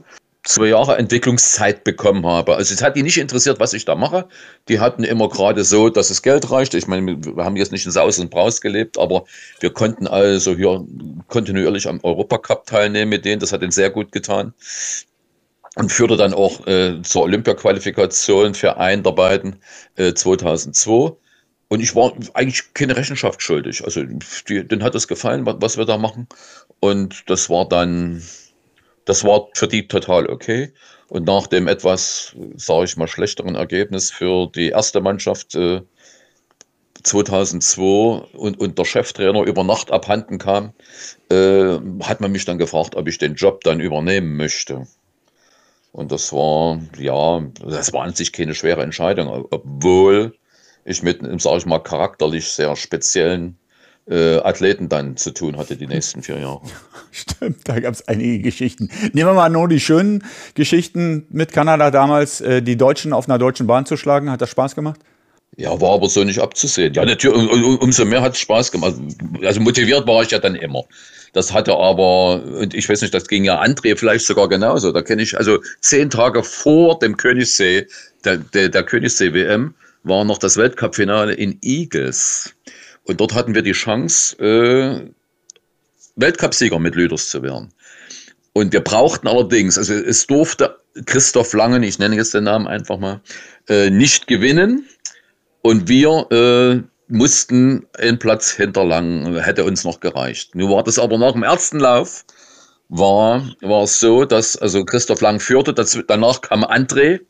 zwei Jahre Entwicklungszeit bekommen habe. Also es hat die nicht interessiert, was ich da mache. Die hatten immer gerade so, dass es Geld reichte. Ich meine, wir haben jetzt nicht in Saus und Braus gelebt, aber wir konnten also hier kontinuierlich am Europacup teilnehmen mit denen. Das hat ihnen sehr gut getan. Und führte dann auch äh, zur Olympia-Qualifikation für einen der beiden äh, zweitausendzwei. Und ich war eigentlich keine Rechenschaft schuldig. Also die, denen hat es gefallen, was wir da machen. Und das war dann... Das war für die total okay. Und nach dem etwas, sage ich mal, schlechteren Ergebnis für die erste Mannschaft äh, zweitausendzwei und, und der Cheftrainer über Nacht abhanden kam, äh, hat man mich dann gefragt, ob ich den Job dann übernehmen möchte. Und das war, ja, das war an sich keine schwere Entscheidung, obwohl ich mit einem, sage ich mal, charakterlich sehr speziellen Äh, Athleten dann zu tun hatte die nächsten vier Jahre. Stimmt, da gab es einige Geschichten. Nehmen wir mal nur die schönen Geschichten mit Kanada damals, äh, die Deutschen auf einer deutschen Bahn zu schlagen. Hat das Spaß gemacht? Ja, war aber so nicht abzusehen. Ja, natürlich, um, um, umso mehr hat es Spaß gemacht. Also motiviert war ich ja dann immer. Das hatte aber, und ich weiß nicht, das ging ja André vielleicht sogar genauso. Da kenne ich, also zehn Tage vor dem Königssee, der, der, der Königssee-W M, war noch das Weltcup-Finale in Igls. Und dort hatten wir die Chance, äh, Weltcupsieger mit Lüders zu werden. Und wir brauchten allerdings, also es durfte Christoph Langen, ich nenne jetzt den Namen einfach mal, äh, nicht gewinnen. Und wir äh, mussten einen Platz hinter Langen, hätte uns noch gereicht. Nun war das aber nach dem ersten Lauf, war, war es so, dass also Christoph Lang führte, das, danach kam André.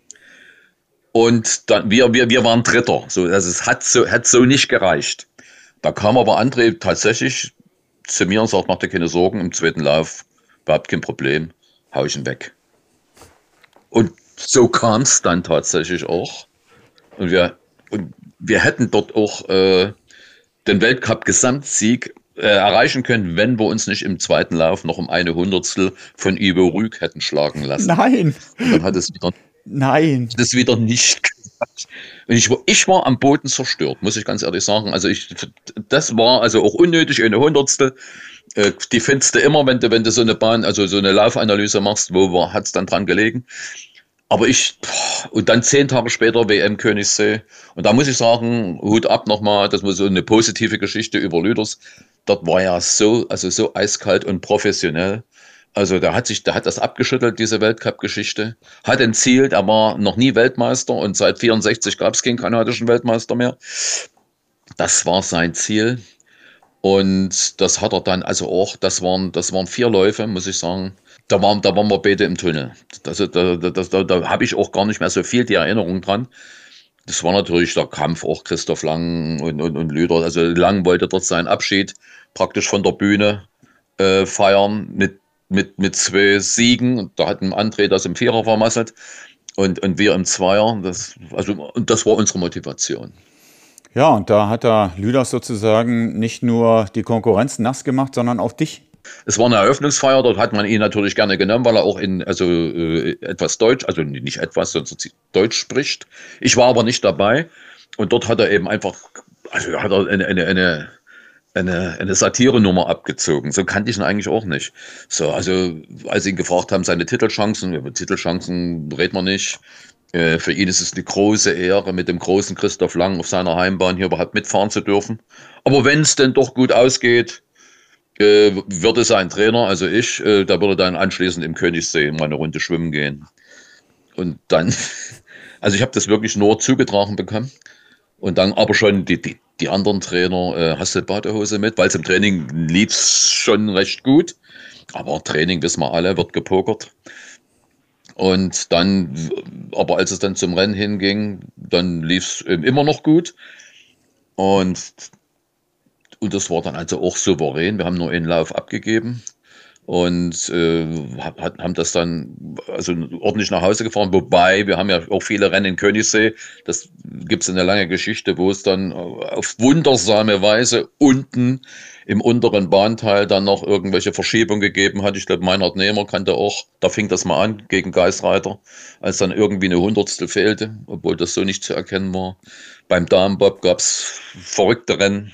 Und dann, wir, wir, wir waren Dritter. So, also es hat so, hat so nicht gereicht. Da kam aber André tatsächlich zu mir und sagt, mach dir keine Sorgen, im zweiten Lauf, überhaupt kein Problem, hau ich ihn weg. Und so kam es dann tatsächlich auch. Und wir, und wir hätten dort auch äh, den Weltcup-Gesamtsieg äh, erreichen können, wenn wir uns nicht im zweiten Lauf noch um eine Hundertstel von Ivo Rüg hätten schlagen lassen. Nein! Und dann hat es wieder, Nein. das wieder nicht gemacht. Und ich, ich war am Boden zerstört, muss ich ganz ehrlich sagen. Also ich, das war also auch unnötig, eine Hundertstel. Äh, die findest du immer, wenn du, wenn du so eine Bahn, also so eine Laufanalyse machst, wo hat es dann dran gelegen. Aber ich, und dann zehn Tage später W M Königssee. Und da muss ich sagen, Hut ab nochmal, das war so eine positive Geschichte über Lüders. Dort war ja so, also so eiskalt und professionell. Also der hat sich, der hat das abgeschüttelt, diese Weltcup-Geschichte. Hat ein Ziel, er war noch nie Weltmeister und seit vierundsechzig gab es keinen kanadischen Weltmeister mehr. Das war sein Ziel. Und das hat er dann also auch, das waren, das waren vier Läufe, muss ich sagen. Da waren, da waren wir beide im Tunnel. Also da, da, da, da habe ich auch gar nicht mehr so viel die Erinnerung dran. Das war natürlich der Kampf auch Christoph Lang und, und, und Lüder. Also Lang wollte dort seinen Abschied praktisch von der Bühne äh, feiern mit Mit, mit zwei Siegen. Und da hat ein André das im Vierer vermasselt und, und wir im Zweier. Das, also, und das war unsere Motivation. Ja, und da hat er Lüders sozusagen nicht nur die Konkurrenz nass gemacht, sondern auch dich. Es war eine Eröffnungsfeier, dort hat man ihn natürlich gerne genommen, weil er auch in also äh, etwas Deutsch, also nicht etwas, sondern Deutsch spricht. Ich war aber nicht dabei. Und dort hat er eben einfach, also hat er eine, eine, eine Eine, eine Satire-Nummer abgezogen. So kannte ich ihn eigentlich auch nicht. So, also, als sie ihn gefragt haben, seine Titelchancen, über Titelchancen reden wir nicht. Äh, für ihn ist es eine große Ehre, mit dem großen Christoph Lang auf seiner Heimbahn hier überhaupt mitfahren zu dürfen. Aber wenn es denn doch gut ausgeht, äh, würde sein Trainer, also ich, äh, da würde dann anschließend im Königssee mal eine Runde schwimmen gehen. Und dann, also ich habe das wirklich nur zugetragen bekommen. Und dann aber schon die, die, die anderen Trainer, äh, hast du Badehose mit? Weil es im Training lief schon recht gut. Aber Training, wissen wir alle, wird gepokert. Und dann, aber als es dann zum Rennen hinging, dann lief es immer noch gut. Und, und das war dann also auch souverän. Wir haben nur einen Lauf abgegeben. Und äh, haben das dann also ordentlich nach Hause gefahren. Wobei, wir haben ja auch viele Rennen in Königssee. Das gibt es eine lange Geschichte, wo es dann auf wundersame Weise unten im unteren Bahnteil dann noch irgendwelche Verschiebungen gegeben hat. Ich glaube, Meinhard Nehmer kannte auch, da fing das mal an gegen Geisreiter, als dann irgendwie eine Hundertstel fehlte, obwohl das so nicht zu erkennen war. Beim Damenbob gab es verrückte Rennen,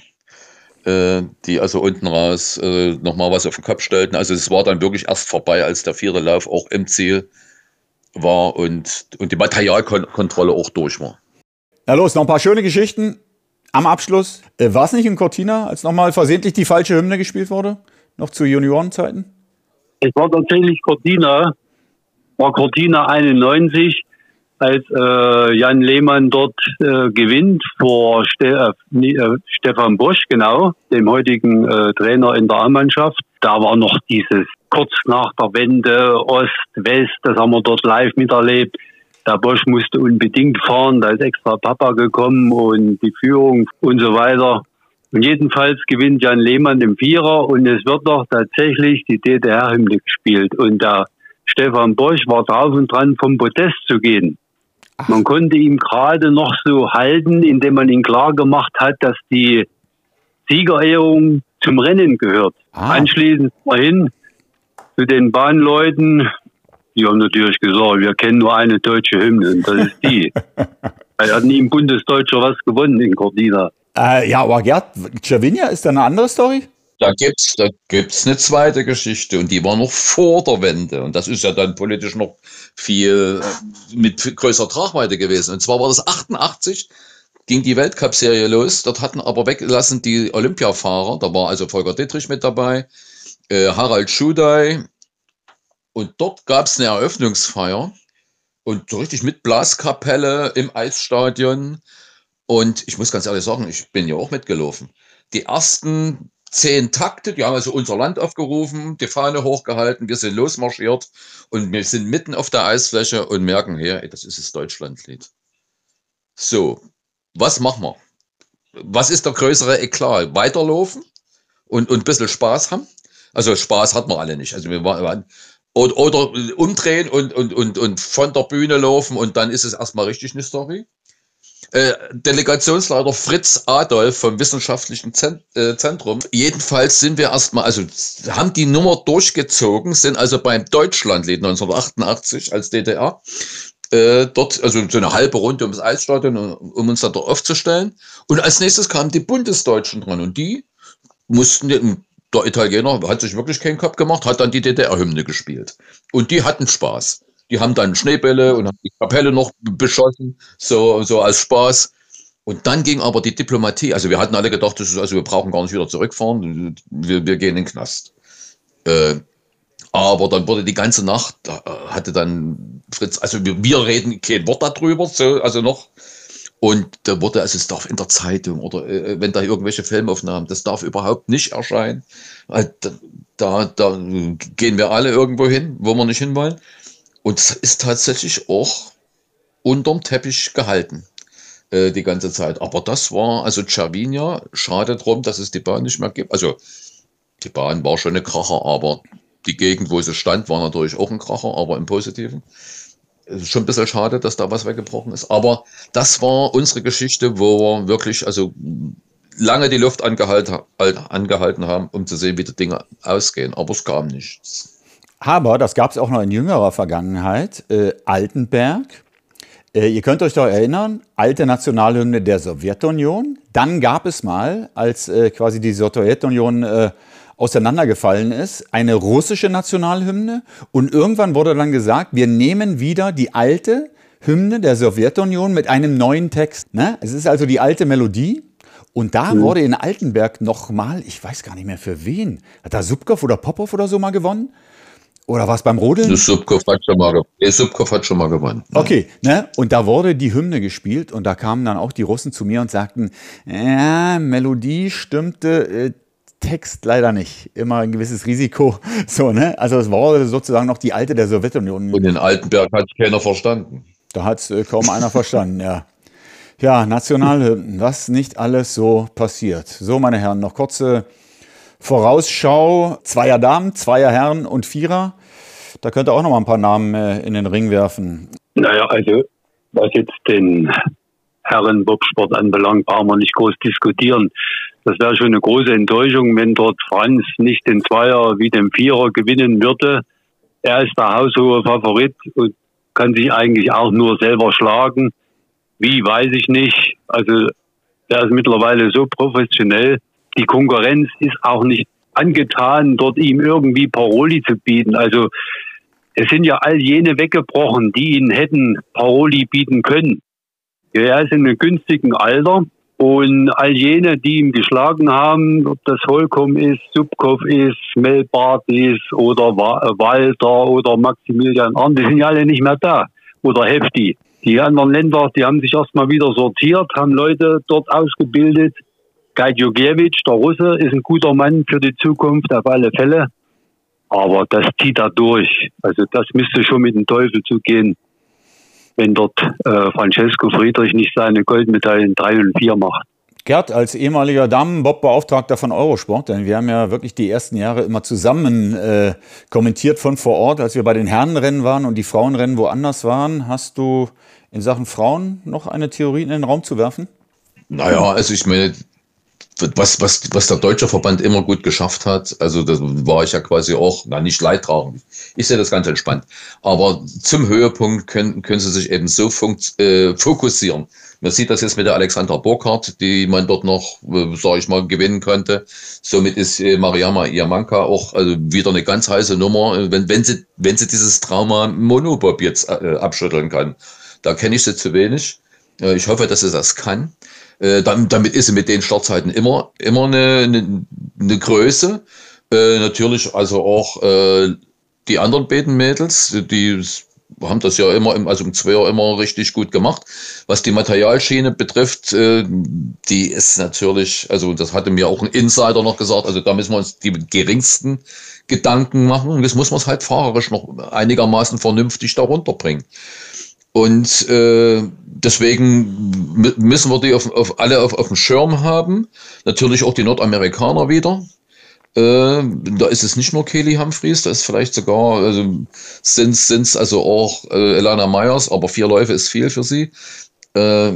die also unten raus äh, nochmal was auf den Kopf stellten. Also es war dann wirklich erst vorbei, als der vierte Lauf auch im Ziel war und, und die Materialkontrolle auch durch war. Na los, noch ein paar schöne Geschichten am Abschluss. Äh, war es nicht in Cortina, als nochmal versehentlich die falsche Hymne gespielt wurde? Noch zu Juniorenzeiten? Es war tatsächlich Cortina, war Cortina einundneunzig, als äh, Jan Lehmann dort äh, gewinnt vor Ste äh, Stefan Bosch, genau, dem heutigen äh, Trainer in der A-Mannschaft. Da war noch dieses kurz nach der Wende, Ost, West, das haben wir dort live miterlebt. Der Bosch musste unbedingt fahren, da ist extra Papa gekommen und die Führung und so weiter. Und jedenfalls gewinnt Jan Lehmann den Vierer und es wird doch tatsächlich die D D R-Hymne gespielt. Und der Stefan Bosch war drauf und dran, vom Podest zu gehen. Ach. Man konnte ihn gerade noch so halten, indem man ihm klar gemacht hat, dass die Siegerehrung zum Rennen gehört. Ah. Anschließend mal hin zu den Bahnleuten. Die haben natürlich gesagt, wir kennen nur eine deutsche Hymne und das ist die. Er hat nie im Bundesdeutscher was gewonnen in Cortina. Äh, ja, aber Gerd, Cervinia, ist da eine andere Story? Da gibt's, da gibt's eine zweite Geschichte und die war noch vor der Wende und das ist ja dann politisch noch viel mit viel größerer Tragweite gewesen. Und zwar war das achtundachtzig, ging die Weltcup-Serie los. Dort hatten aber weggelassen die Olympiafahrer. Da war also Volker Dittrich mit dabei, äh, Harald Schudai. Und dort gab es eine Eröffnungsfeier und so richtig mit Blaskapelle im Eisstadion. Und ich muss ganz ehrlich sagen, ich bin ja auch mitgelaufen. Die ersten zehn Takte, die haben also unser Land aufgerufen, die Fahne hochgehalten, wir sind losmarschiert und wir sind mitten auf der Eisfläche und merken, hey, das ist das Deutschlandlied. So, was machen wir? Was ist der größere Eklat? Weiterlaufen und, und ein bisschen Spaß haben? Also Spaß hatten wir alle nicht. Also wir waren, oder, oder umdrehen und, und, und, und von der Bühne laufen und dann ist es erstmal richtig eine Story. Äh, Delegationsleiter Fritz Adolf vom Wissenschaftlichen Zent äh, Zentrum. Jedenfalls sind wir erstmal, also haben die Nummer durchgezogen, sind also beim Deutschlandlied neunzehnhundertachtundachtzig als D D R äh, dort, also so eine halbe Runde ums Eisstadion, um, um uns da dort aufzustellen. Und als nächstes kamen die Bundesdeutschen dran und die mussten, der Italiener hat sich wirklich keinen Kopf gemacht, hat dann die D D R-Hymne gespielt. Und die hatten Spaß. Die haben dann Schneebälle und haben die Kapelle noch beschossen, so, so als Spaß. Und dann ging aber die Diplomatie. Also wir hatten alle gedacht, das ist, also wir brauchen gar nicht wieder zurückfahren. Wir, wir gehen in den Knast. Äh, aber dann wurde die ganze Nacht, äh, hatte dann Fritz, also wir, wir reden kein Wort darüber, so, also noch. Und da wurde, also es darf in der Zeitung oder äh, wenn da irgendwelche Filmaufnahmen, das darf überhaupt nicht erscheinen. Also, da, da gehen wir alle irgendwo hin, wo wir nicht hinwollen. Und es ist tatsächlich auch unterm Teppich gehalten, äh, die ganze Zeit. Aber das war, also Cervinia, schade drum, dass es die Bahn nicht mehr gibt. Also die Bahn war schon eine Kracher, aber die Gegend, wo sie stand, war natürlich auch ein Kracher, aber im Positiven. Es ist schon ein bisschen schade, dass da was weggebrochen ist. Aber das war unsere Geschichte, wo wir wirklich also lange die Luft angehalten, angehalten haben, um zu sehen, wie die Dinge ausgehen. Aber es kam nichts. Aber das gab es auch noch in jüngerer Vergangenheit. Äh, Altenberg. Äh, ihr könnt euch doch erinnern, alte Nationalhymne der Sowjetunion. Dann gab es mal, als äh, quasi die Sowjetunion äh, auseinandergefallen ist, eine russische Nationalhymne. Und irgendwann wurde dann gesagt, wir nehmen wieder die alte Hymne der Sowjetunion mit einem neuen Text. Ne? Es ist also die alte Melodie. Und da mhm. wurde in Altenberg nochmal, ich weiß gar nicht mehr für wen, hat da Subkow oder Popov oder so mal gewonnen? Oder war es beim Rodeln? Der Subkow hat schon mal, der Subkow hat schon mal gewonnen. Okay, ne? Und da wurde die Hymne gespielt und da kamen dann auch die Russen zu mir und sagten, ja, Melodie stimmte, äh, Text leider nicht. Immer ein gewisses Risiko. So, ne? Also es war sozusagen noch die alte der Sowjetunion. Und in Altenberg hat es keiner verstanden. Da hat es äh, kaum einer verstanden, ja. Ja, Nationalhymnen, was nicht alles so passiert. So, meine Herren, noch kurze Vorausschau. Zweier Damen, Zweier Herren und Vierer. Da könnt ihr auch noch mal ein paar Namen äh, in den Ring werfen. Naja, also was jetzt den Herren-Bobsport anbelangt, brauchen wir nicht groß diskutieren. Das wäre schon eine große Enttäuschung, wenn dort Franz nicht den Zweier wie den Vierer gewinnen würde. Er ist der haushohe Favorit und kann sich eigentlich auch nur selber schlagen. Wie, weiß ich nicht. Also er ist mittlerweile so professionell. Die Konkurrenz ist auch nicht angetan, dort ihm irgendwie Paroli zu bieten. Also es sind ja all jene weggebrochen, die ihn hätten Paroli bieten können. Er ist in einem günstigen Alter und all jene, die ihn geschlagen haben, ob das Holcomb ist, Subkow ist, Melbart ist oder Walter oder Maximilian Arndt, die sind ja alle nicht mehr da. Oder Hefti. Die anderen Länder, die haben sich erstmal wieder sortiert, haben Leute dort ausgebildet. Gajdjukiewicz, der Russe, ist ein guter Mann für die Zukunft auf alle Fälle. Aber das zieht er durch. Also das müsste schon mit dem Teufel zugehen, wenn dort äh, Francesco Friedrich nicht seine Goldmedaillen drei und vier macht. Gerd, als ehemaliger Damenbob-Beauftragter von Eurosport, denn wir haben ja wirklich die ersten Jahre immer zusammen äh, kommentiert von vor Ort, als wir bei den Herrenrennen waren und die Frauenrennen woanders waren. Hast du in Sachen Frauen noch eine Theorie in den Raum zu werfen? Naja, also ich meine, was, was, was der deutsche Verband immer gut geschafft hat, also das war ich ja quasi auch, na nicht leidtragend, ich sehe das ganz entspannt, aber zum Höhepunkt können, können sie sich eben so funkt, äh, fokussieren. Man sieht das jetzt mit der Alexandra Burkhardt, die man dort noch, äh, sage ich mal, gewinnen konnte. Somit ist äh, Mariama Iamanka auch also wieder eine ganz heiße Nummer, wenn, wenn, sie, wenn sie dieses Trauma Monobob jetzt äh, abschütteln kann. Da kenne ich sie zu wenig. Äh, ich hoffe, dass sie das kann. Äh, damit, damit ist sie mit den Startzeiten immer, immer eine, eine, eine Größe. Äh, natürlich also auch äh, die anderen beiden Mädels, die haben das ja immer, im, also im Zweier immer richtig gut gemacht. Was die Materialschiene betrifft, äh, die ist natürlich, also das hatte mir auch ein Insider noch gesagt, also da müssen wir uns die geringsten Gedanken machen. Und das muss man halt fahrerisch noch einigermaßen vernünftig da runterbringen. Und äh, deswegen müssen wir die auf, auf alle auf, auf dem Schirm haben. Natürlich auch die Nordamerikaner wieder. Äh, da ist es nicht nur Kelly Humphreys, da ist vielleicht sogar, also sind es also auch äh, Elana Myers, aber vier Läufe ist viel für sie. Äh,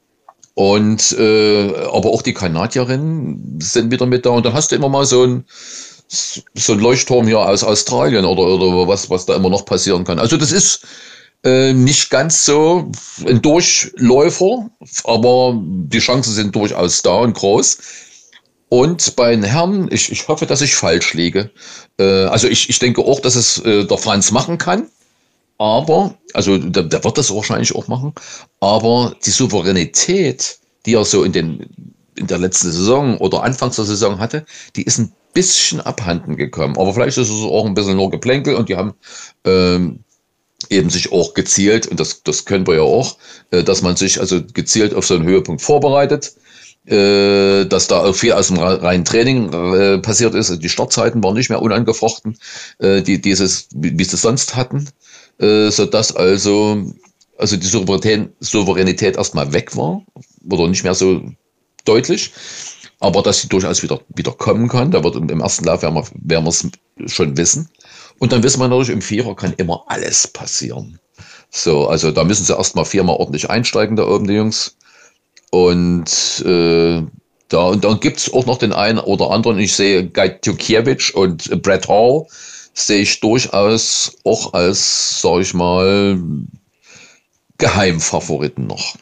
und äh, aber auch die Kanadierinnen sind wieder mit da. Und dann hast du immer mal so ein so ein Leuchtturm hier aus Australien oder, oder was, was da immer noch passieren kann. Also das ist Äh, nicht ganz so ein Durchläufer, aber die Chancen sind durchaus da und groß. Und bei den Herren, ich, ich hoffe, dass ich falsch liege. Äh, also ich, ich denke auch, dass es äh, der Franz machen kann. Aber, also der, der wird das wahrscheinlich auch machen. Aber die Souveränität, die er so in, den, in der letzten Saison oder Anfangs der Saison hatte, die ist ein bisschen abhanden gekommen. Aber vielleicht ist es auch ein bisschen nur Geplänkel und die haben ähm, eben sich auch gezielt, und das, das können wir ja auch, äh, dass man sich also gezielt auf so einen Höhepunkt vorbereitet, äh, dass da auch viel aus dem reinen Training äh, passiert ist. Die Startzeiten waren nicht mehr unangefochten, äh, die dieses, wie, wie sie sonst hatten, äh, sodass also, also die Souveränität, Souveränität erstmal weg war oder nicht mehr so deutlich. Aber dass sie durchaus wieder, wieder kommen kann, da wird im, im ersten Lauf werden wir, werden wir es schon wissen. Und dann wissen wir natürlich, im Vierer kann immer alles passieren. So, also da müssen sie erstmal viermal ordentlich einsteigen, da oben die Jungs. Und äh, da und dann gibt es auch noch den einen oder anderen. Ich sehe Gajdjukiewicz und Brett Hall sehe ich durchaus auch als, sag ich mal, Geheimfavoriten noch.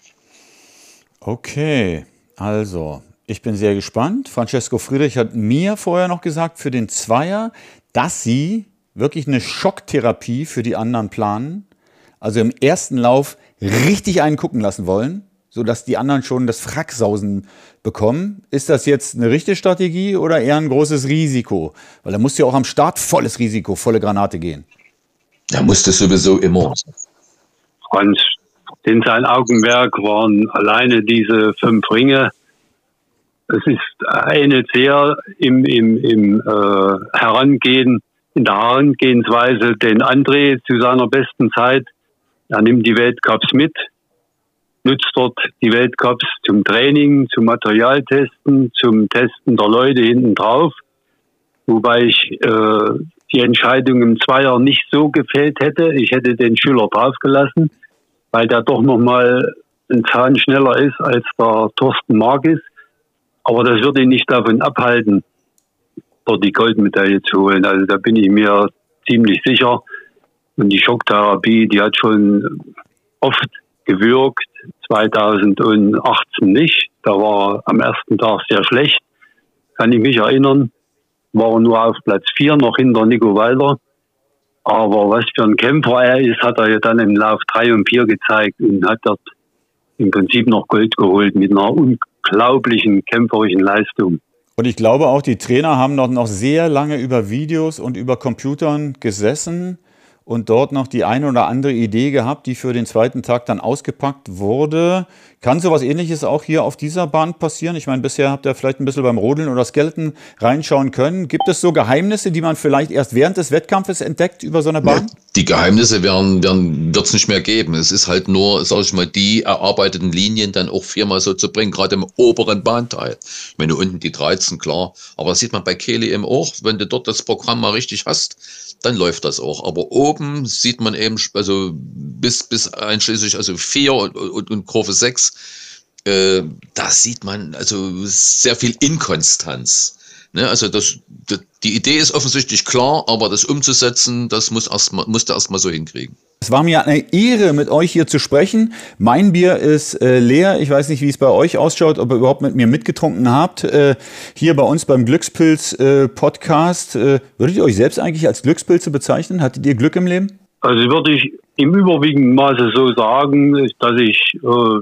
Okay, also ich bin sehr gespannt. Francesco Friedrich hat mir vorher noch gesagt, für den Zweier, dass sie wirklich eine Schocktherapie für die anderen planen. Also im ersten Lauf richtig einen gucken lassen wollen, sodass die anderen schon das Fracksausen bekommen. Ist das jetzt eine richtige Strategie oder eher ein großes Risiko? Weil da musst du ja auch am Start volles Risiko, volle Granate gehen. Da muss das sowieso immer. Franz, in sein Augenmerk waren alleine diese fünf Ringe. Es ist eine sehr im, im, im äh, Herangehen, in der Herangehensweise den André zu seiner besten Zeit. Er nimmt die Weltcups mit, nutzt dort die Weltcups zum Training, zum Materialtesten, zum Testen der Leute hinten drauf. Wobei ich äh, die Entscheidung im Zweier nicht so gefällt hätte. Ich hätte den Schüler draufgelassen, weil der doch nochmal ein Zahn schneller ist als der Thorsten Markis. Aber das würde ihn nicht davon abhalten, dort die Goldmedaille zu holen. Also da bin ich mir ziemlich sicher. Und die Schocktherapie, die hat schon oft gewirkt. zweitausendachtzehn nicht. Da war er am ersten Tag sehr schlecht. Kann ich mich erinnern. War er nur auf Platz vier, noch hinter Nico Walter. Aber was für ein Kämpfer er ist, hat er ja dann im Lauf drei und vier gezeigt und hat dort im Prinzip noch Gold geholt mit einer unglaublichen kämpferischen Leistung. Und ich glaube auch, die Trainer haben noch, noch sehr lange über Videos und über Computern gesessen und dort noch die eine oder andere Idee gehabt, die für den zweiten Tag dann ausgepackt wurde. Kann sowas Ähnliches auch hier auf dieser Bahn passieren? Ich meine, bisher habt ihr vielleicht ein bisschen beim Rodeln oder Skeleton reinschauen können. Gibt es so Geheimnisse, die man vielleicht erst während des Wettkampfes entdeckt über so eine Bahn? Die Geheimnisse werden, werden, wird es nicht mehr geben. Es ist halt nur, sag ich mal, die erarbeiteten Linien dann auch viermal so zu bringen, gerade im oberen Bahnteil. Ich meine, unten die dreizehn, klar. Aber das sieht man bei Kehli eben auch. Wenn du dort das Programm mal richtig hast, dann läuft das auch. Aber oben sieht man eben, also bis, bis einschließlich, also vier und, und, und Kurve sechs, äh, da sieht man also sehr viel Inkonstanz. Ne, also das, das, die Idee ist offensichtlich klar, aber das umzusetzen, das muss erst mal, musst du erst mal so hinkriegen. Es war mir eine Ehre, mit euch hier zu sprechen. Mein Bier ist äh, leer. Ich weiß nicht, wie es bei euch ausschaut, ob ihr überhaupt mit mir mitgetrunken habt. Äh, hier bei uns beim Glückspilz-Podcast. Äh, äh, würdet ihr euch selbst eigentlich als Glückspilze bezeichnen? Hattet ihr Glück im Leben? Also würde ich im überwiegenden Maße so sagen, dass ich äh,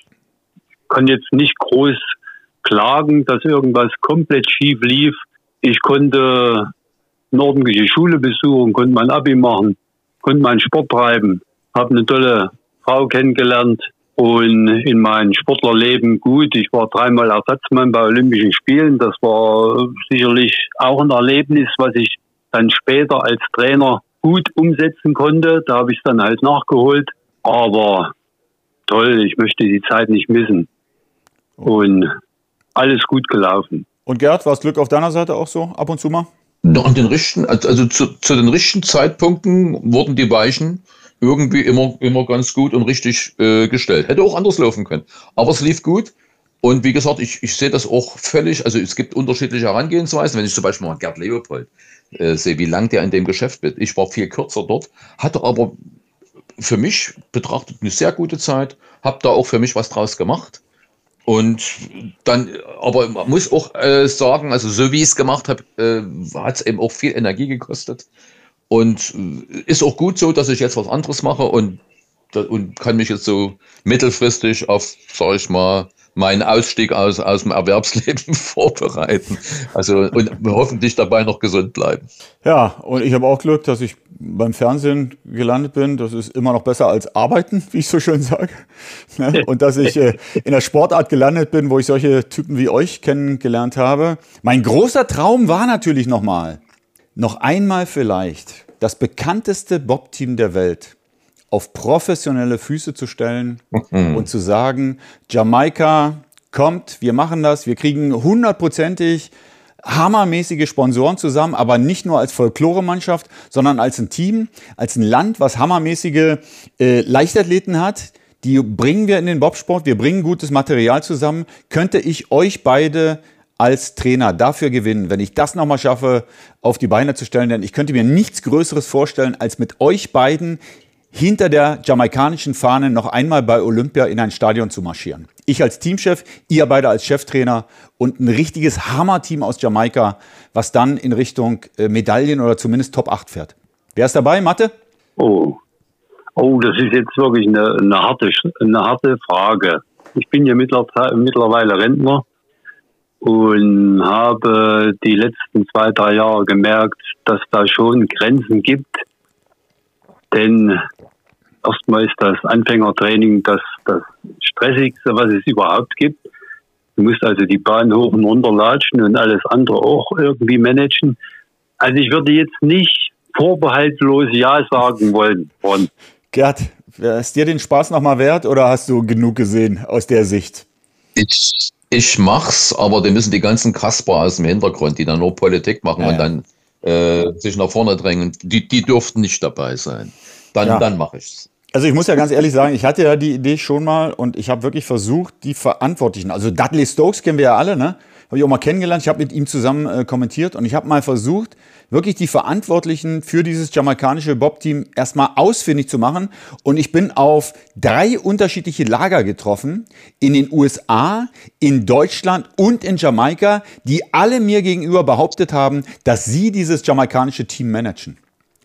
kann jetzt nicht groß klagen, dass irgendwas komplett schief lief. Ich konnte eine ordentliche Schule besuchen, konnte mein Abi machen, konnte meinen Sport treiben, habe eine tolle Frau kennengelernt und in meinem Sportlerleben gut. Ich war dreimal Ersatzmann bei Olympischen Spielen. Das war sicherlich auch ein Erlebnis, was ich dann später als Trainer gut umsetzen konnte. Da habe ich es dann halt nachgeholt. Aber toll, ich möchte die Zeit nicht missen. Und alles gut gelaufen. Und Gerd, war das Glück auf deiner Seite auch so ab und zu mal? An den richtigen, also zu, zu den richtigen Zeitpunkten wurden die Weichen irgendwie immer, immer ganz gut und richtig äh, gestellt. Hätte auch anders laufen können. Aber es lief gut. Und wie gesagt, ich, ich sehe das auch völlig, also es gibt unterschiedliche Herangehensweisen. Wenn ich zum Beispiel mal Gerd Leopold äh, sehe, wie lang der in dem Geschäft wird. Ich war viel kürzer dort, hatte aber für mich betrachtet eine sehr gute Zeit, habe da auch für mich was draus gemacht. Und dann, aber man muss auch äh, sagen, also so wie ich es gemacht habe, äh, hat es eben auch viel Energie gekostet. Und äh, ist auch gut so, dass ich jetzt was anderes mache und, und kann mich jetzt so mittelfristig auf, sag ich mal, meinen Ausstieg aus, aus dem Erwerbsleben vorbereiten. Also und hoffentlich dabei noch gesund bleiben. Ja, und ich habe auch Glück, dass ich beim Fernsehen gelandet bin. Das ist immer noch besser als arbeiten, wie ich so schön sage. Und dass ich äh, in der Sportart gelandet bin, wo ich solche Typen wie euch kennengelernt habe. Mein großer Traum war natürlich nochmal, noch einmal vielleicht das bekannteste Bob-Team der Welt auf professionelle Füße zu stellen mhm. und zu sagen, Jamaika kommt, wir machen das, wir kriegen hundertprozentig hammermäßige Sponsoren zusammen, aber nicht nur als Folklore-Mannschaft, sondern als ein Team, als ein Land, was hammermäßige äh, Leichtathleten hat. Die bringen wir in den Bobsport, wir bringen gutes Material zusammen. Könnte ich euch beide als Trainer dafür gewinnen, wenn ich das nochmal schaffe, auf die Beine zu stellen? Denn ich könnte mir nichts Größeres vorstellen, als mit euch beiden hinter der jamaikanischen Fahne noch einmal bei Olympia in ein Stadion zu marschieren. Ich als Teamchef, ihr beide als Cheftrainer und ein richtiges Hammer-Team aus Jamaika, was dann in Richtung Medaillen oder zumindest Top acht fährt. Wer ist dabei, Mathe? Oh, oh das ist jetzt wirklich eine, eine, harte, eine harte Frage. Ich bin ja mittlerweile Rentner und habe die letzten zwei, drei Jahre gemerkt, dass da schon Grenzen gibt. Denn erstmal ist das Anfängertraining das, das Stressigste, was es überhaupt gibt. Du musst also die Bahn hoch und runter latschen und alles andere auch irgendwie managen. Also ich würde jetzt nicht vorbehaltlos Ja sagen wollen. Und Gerd, ist dir den Spaß nochmal wert oder hast du genug gesehen aus der Sicht? Ich, ich mach's, aber die müssen die ganzen Kasper aus dem Hintergrund, die dann nur Politik machen ja, und dann Äh, sich nach vorne drängen, die, die dürften nicht dabei sein. Dann, ja. dann mache ich's. Also ich muss ja ganz ehrlich sagen, ich hatte ja die Idee schon mal und ich habe wirklich versucht, die Verantwortlichen, also Dudley Stokes kennen wir ja alle, ne? Habe ich auch mal kennengelernt, ich habe mit ihm zusammen äh, kommentiert und ich habe mal versucht, wirklich die Verantwortlichen für dieses jamaikanische Bob-Team erstmal ausfindig zu machen. Und ich bin auf drei unterschiedliche Lager getroffen, in den U S A, in Deutschland und in Jamaika, die alle mir gegenüber behauptet haben, dass sie dieses jamaikanische Team managen.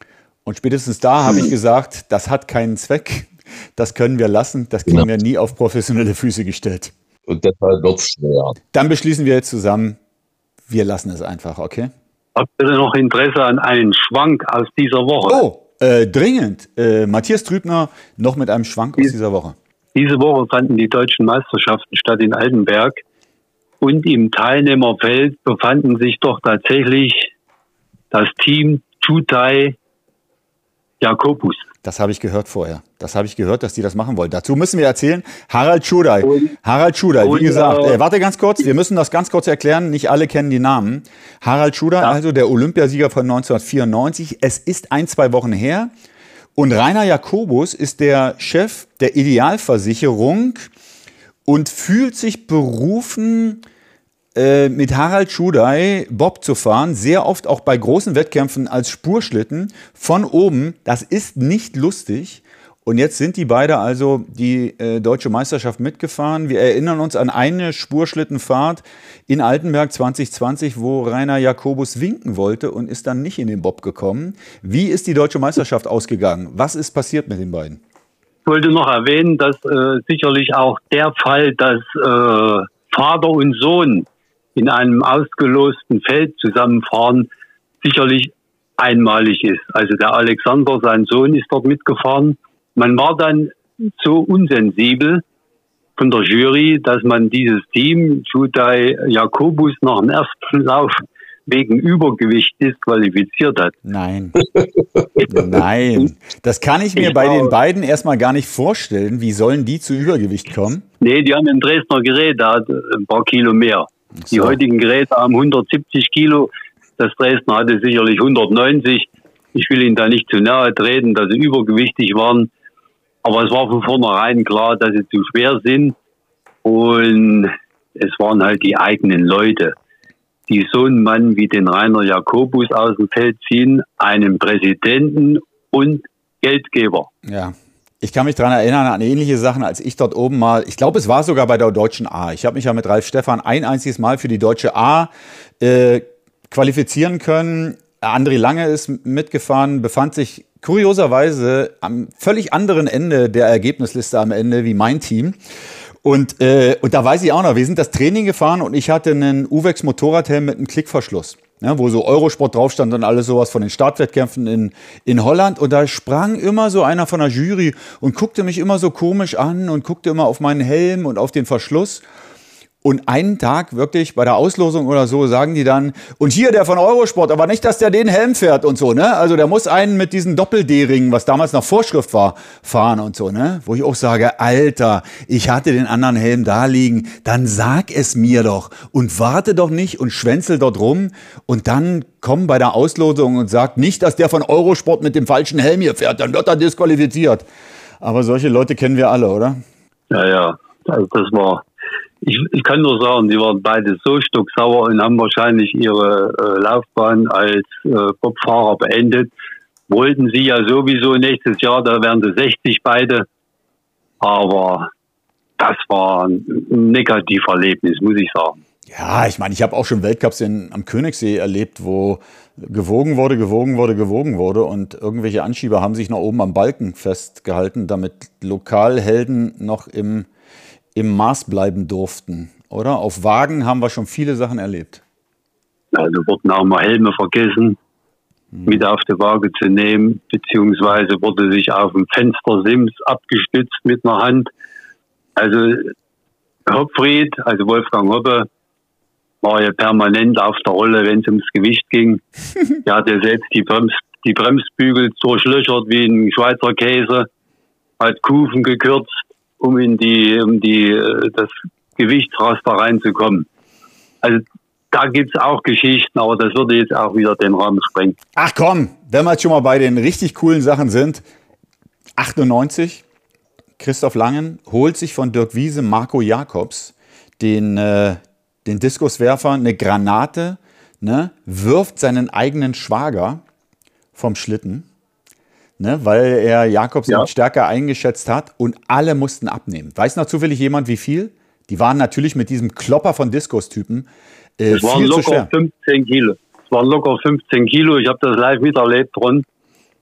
Und spätestens da habe ich gesagt, das hat keinen Zweck, das können wir lassen, das kriegen Ja. wir nie auf professionelle Füße gestellt. Und deshalb wird es schwer. Dann beschließen wir jetzt zusammen, wir lassen es einfach, okay? Habt ihr denn noch Interesse an einem Schwank aus dieser Woche? Oh, äh, dringend. Äh, Matthias Trübner noch mit einem Schwank aus dieser Woche. Diese Woche fanden die deutschen Meisterschaften statt in Altenberg. Und im Teilnehmerfeld befanden sich doch tatsächlich das Team Chutai Jakobus. Das habe ich gehört vorher. Das habe ich gehört, dass die das machen wollen. Dazu müssen wir erzählen, Harald Schudai. Harald Schudai, wie und, gesagt, äh, äh, warte ganz kurz, wir müssen das ganz kurz erklären, nicht alle kennen die Namen. Harald Schudai, Ja. also der Olympiasieger von neunzehnhundertvierundneunzig, es ist ein, zwei Wochen her. Und Rainer Jakobus ist der Chef der Idealversicherung und fühlt sich berufen, äh, mit Harald Schudai Bob zu fahren, sehr oft auch bei großen Wettkämpfen als Spurschlitten von oben. Das ist nicht lustig. Und jetzt sind die beide also die äh, deutsche Meisterschaft mitgefahren. Wir erinnern uns an eine Spurschlittenfahrt in Altenberg zwanzig zwanzig, wo Rainer Jakobus winken wollte und ist dann nicht in den Bob gekommen. Wie ist die deutsche Meisterschaft ausgegangen? Was ist passiert mit den beiden? Ich wollte noch erwähnen, dass äh, sicherlich auch der Fall, dass äh, Vater und Sohn in einem ausgelosten Feld zusammenfahren, sicherlich einmalig ist. Also der Alexander, sein Sohn, ist dort mitgefahren. Man war dann so unsensibel von der Jury, dass man dieses Team, Chutai Jakobus, nach dem ersten Lauf wegen Übergewicht disqualifiziert hat. Nein. Nein. Das kann ich mir Ich bei war- den beiden erstmal gar nicht vorstellen. Wie sollen die zu Übergewicht kommen? Nee, die haben ein Dresdner Gerät, der hat ein paar Kilo mehr. Die So. heutigen Geräte haben hundertsiebzig Kilo. Das Dresdner hatte sicherlich hundertneunzig. Ich will Ihnen da nicht zu nahe treten, dass sie übergewichtig waren. Aber es war von vornherein klar, dass sie zu schwer sind. Und es waren halt die eigenen Leute, die so einen Mann wie den Rainer Jakobus aus dem Feld ziehen, einen Präsidenten und Geldgeber. Ja. Ich kann mich daran erinnern an ähnliche Sachen, als ich dort oben mal, ich glaube, es war sogar bei der deutschen A. Ich habe mich ja mit Ralf Stephan ein einziges Mal für die deutsche A äh, qualifizieren können. André Lange ist mitgefahren, befand sich kurioserweise am völlig anderen Ende der Ergebnisliste am Ende wie mein Team. Und, äh, und da weiß ich auch noch, wir sind das Training gefahren und ich hatte einen Uvex Motorradhelm mit einem Klickverschluss, ne, wo so Eurosport drauf stand und alles sowas von den Startwettkämpfen in, in Holland. Und da sprang immer so einer von der Jury und guckte mich immer so komisch an und guckte immer auf meinen Helm und auf den Verschluss. Und einen Tag wirklich bei der Auslosung oder so sagen die dann, und hier der von Eurosport, aber nicht, dass der den Helm fährt und so, ne? Also der muss einen mit diesen Doppel-D-Ringen, was damals noch Vorschrift war, fahren und so, ne? Wo ich auch sage, Alter, ich hatte den anderen Helm da liegen, dann sag es mir doch und warte doch nicht und schwänzel dort rum und dann komm bei der Auslosung und sag nicht, dass der von Eurosport mit dem falschen Helm hier fährt, dann wird er disqualifiziert. Aber solche Leute kennen wir alle, oder? Ja, ja, also das war... Ich, ich kann nur sagen, die waren beide so stocksauer und haben wahrscheinlich ihre äh, Laufbahn als äh, Bobfahrer beendet. Wollten sie ja sowieso nächstes Jahr, da wären sie sechzig beide. Aber das war ein Negativerlebnis, muss ich sagen. Ja, ich meine, ich habe auch schon Weltcups in, am Königssee erlebt, wo gewogen wurde, gewogen wurde, gewogen wurde und irgendwelche Anschieber haben sich noch oben am Balken festgehalten, damit Lokalhelden noch im im Maß bleiben durften, oder? Auf Wagen haben wir schon viele Sachen erlebt. Also wurden auch mal Helme vergessen, hm. mit auf die Waage zu nehmen, beziehungsweise wurde sich auf dem Fenstersims abgestützt mit einer Hand. Also Hopfried, also Wolfgang Hoppe, war ja permanent auf der Rolle, wenn es ums Gewicht ging. Er hatte selbst die, Brems, die Bremsbügel durchlöchert wie ein Schweizer Käse, hat Kufen gekürzt, um in die, um die, das Gewichtsraster reinzukommen. Also da gibt's auch Geschichten, aber das würde jetzt auch wieder den Rahmen sprengen. Ach komm, wenn wir jetzt schon mal bei den richtig coolen Sachen sind. achtundneunzig, Christoph Langen holt sich von Dirk Wiese Marco Jacobs, den, äh, den Diskuswerfer, eine Granate, ne, wirft seinen eigenen Schwager vom Schlitten. Ne, weil er Jakobs ja. stärker eingeschätzt hat und alle mussten abnehmen. Weiß noch zufällig jemand, wie viel? Die waren natürlich mit diesem Klopper von Diskus-Typen äh, Es waren viel zu locker schwer. fünfzehn Kilo. Es waren locker fünfzehn Kilo. Ich habe das live miterlebt, Ron.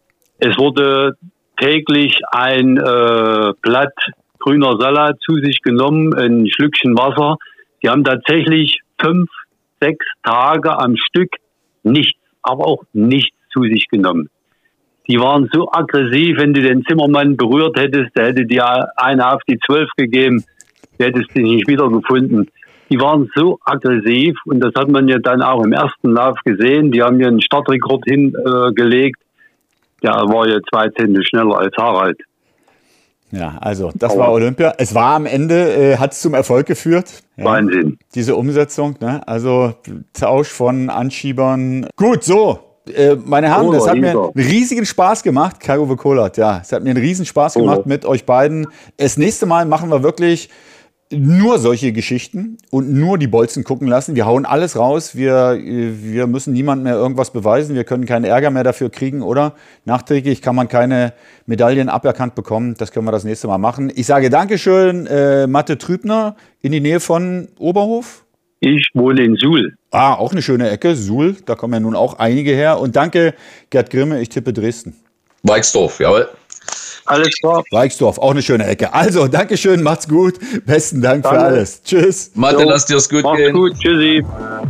Es wurde täglich ein äh, Blatt grüner Salat zu sich genommen, ein Schlückchen Wasser. Die haben tatsächlich fünf, sechs Tage am Stück nichts, aber auch nichts zu sich genommen. Die waren so aggressiv, wenn du den Zimmermann berührt hättest, der hätte dir eine auf die zwölf gegeben, du hättest dich nicht wiedergefunden. Die waren so aggressiv und das hat man ja dann auch im ersten Lauf gesehen. Die haben ja einen Startrekord hingelegt. Äh, der war ja zwei Zehntel schneller als Harald. Ja, also das war Olympia. Es war am Ende, äh, hat es zum Erfolg geführt. Ja, Wahnsinn. Diese Umsetzung, ne? Also Tausch von Anschiebern. Gut, so. Äh, meine Herren, Oh, es hat mir lieber. einen riesigen Spaß gemacht, Kai-Uwe Kohlert. Ja, es hat mir einen riesen Spaß gemacht Oh. mit euch beiden. Das nächste Mal machen wir wirklich nur solche Geschichten und nur die Bolzen gucken lassen. Wir hauen alles raus. Wir, wir müssen niemandem mehr irgendwas beweisen. Wir können keinen Ärger mehr dafür kriegen, oder? Nachträglich kann man keine Medaillen aberkannt bekommen. Das können wir das nächste Mal machen. Ich sage Dankeschön, äh, Matte Trübner in die Nähe von Oberhof. Ich wohne in Suhl. Ah, auch eine schöne Ecke. Suhl, da kommen ja nun auch einige her. Und danke, Gerd Grimme, ich tippe Dresden. Weixdorf, jawohl. Alles klar. Weixdorf, auch eine schöne Ecke. Also, Dankeschön, macht's gut. Besten Dank für Danke. alles. Tschüss. Mathe, Jo. lass dir's gut Macht's gehen. gut. Tschüssi.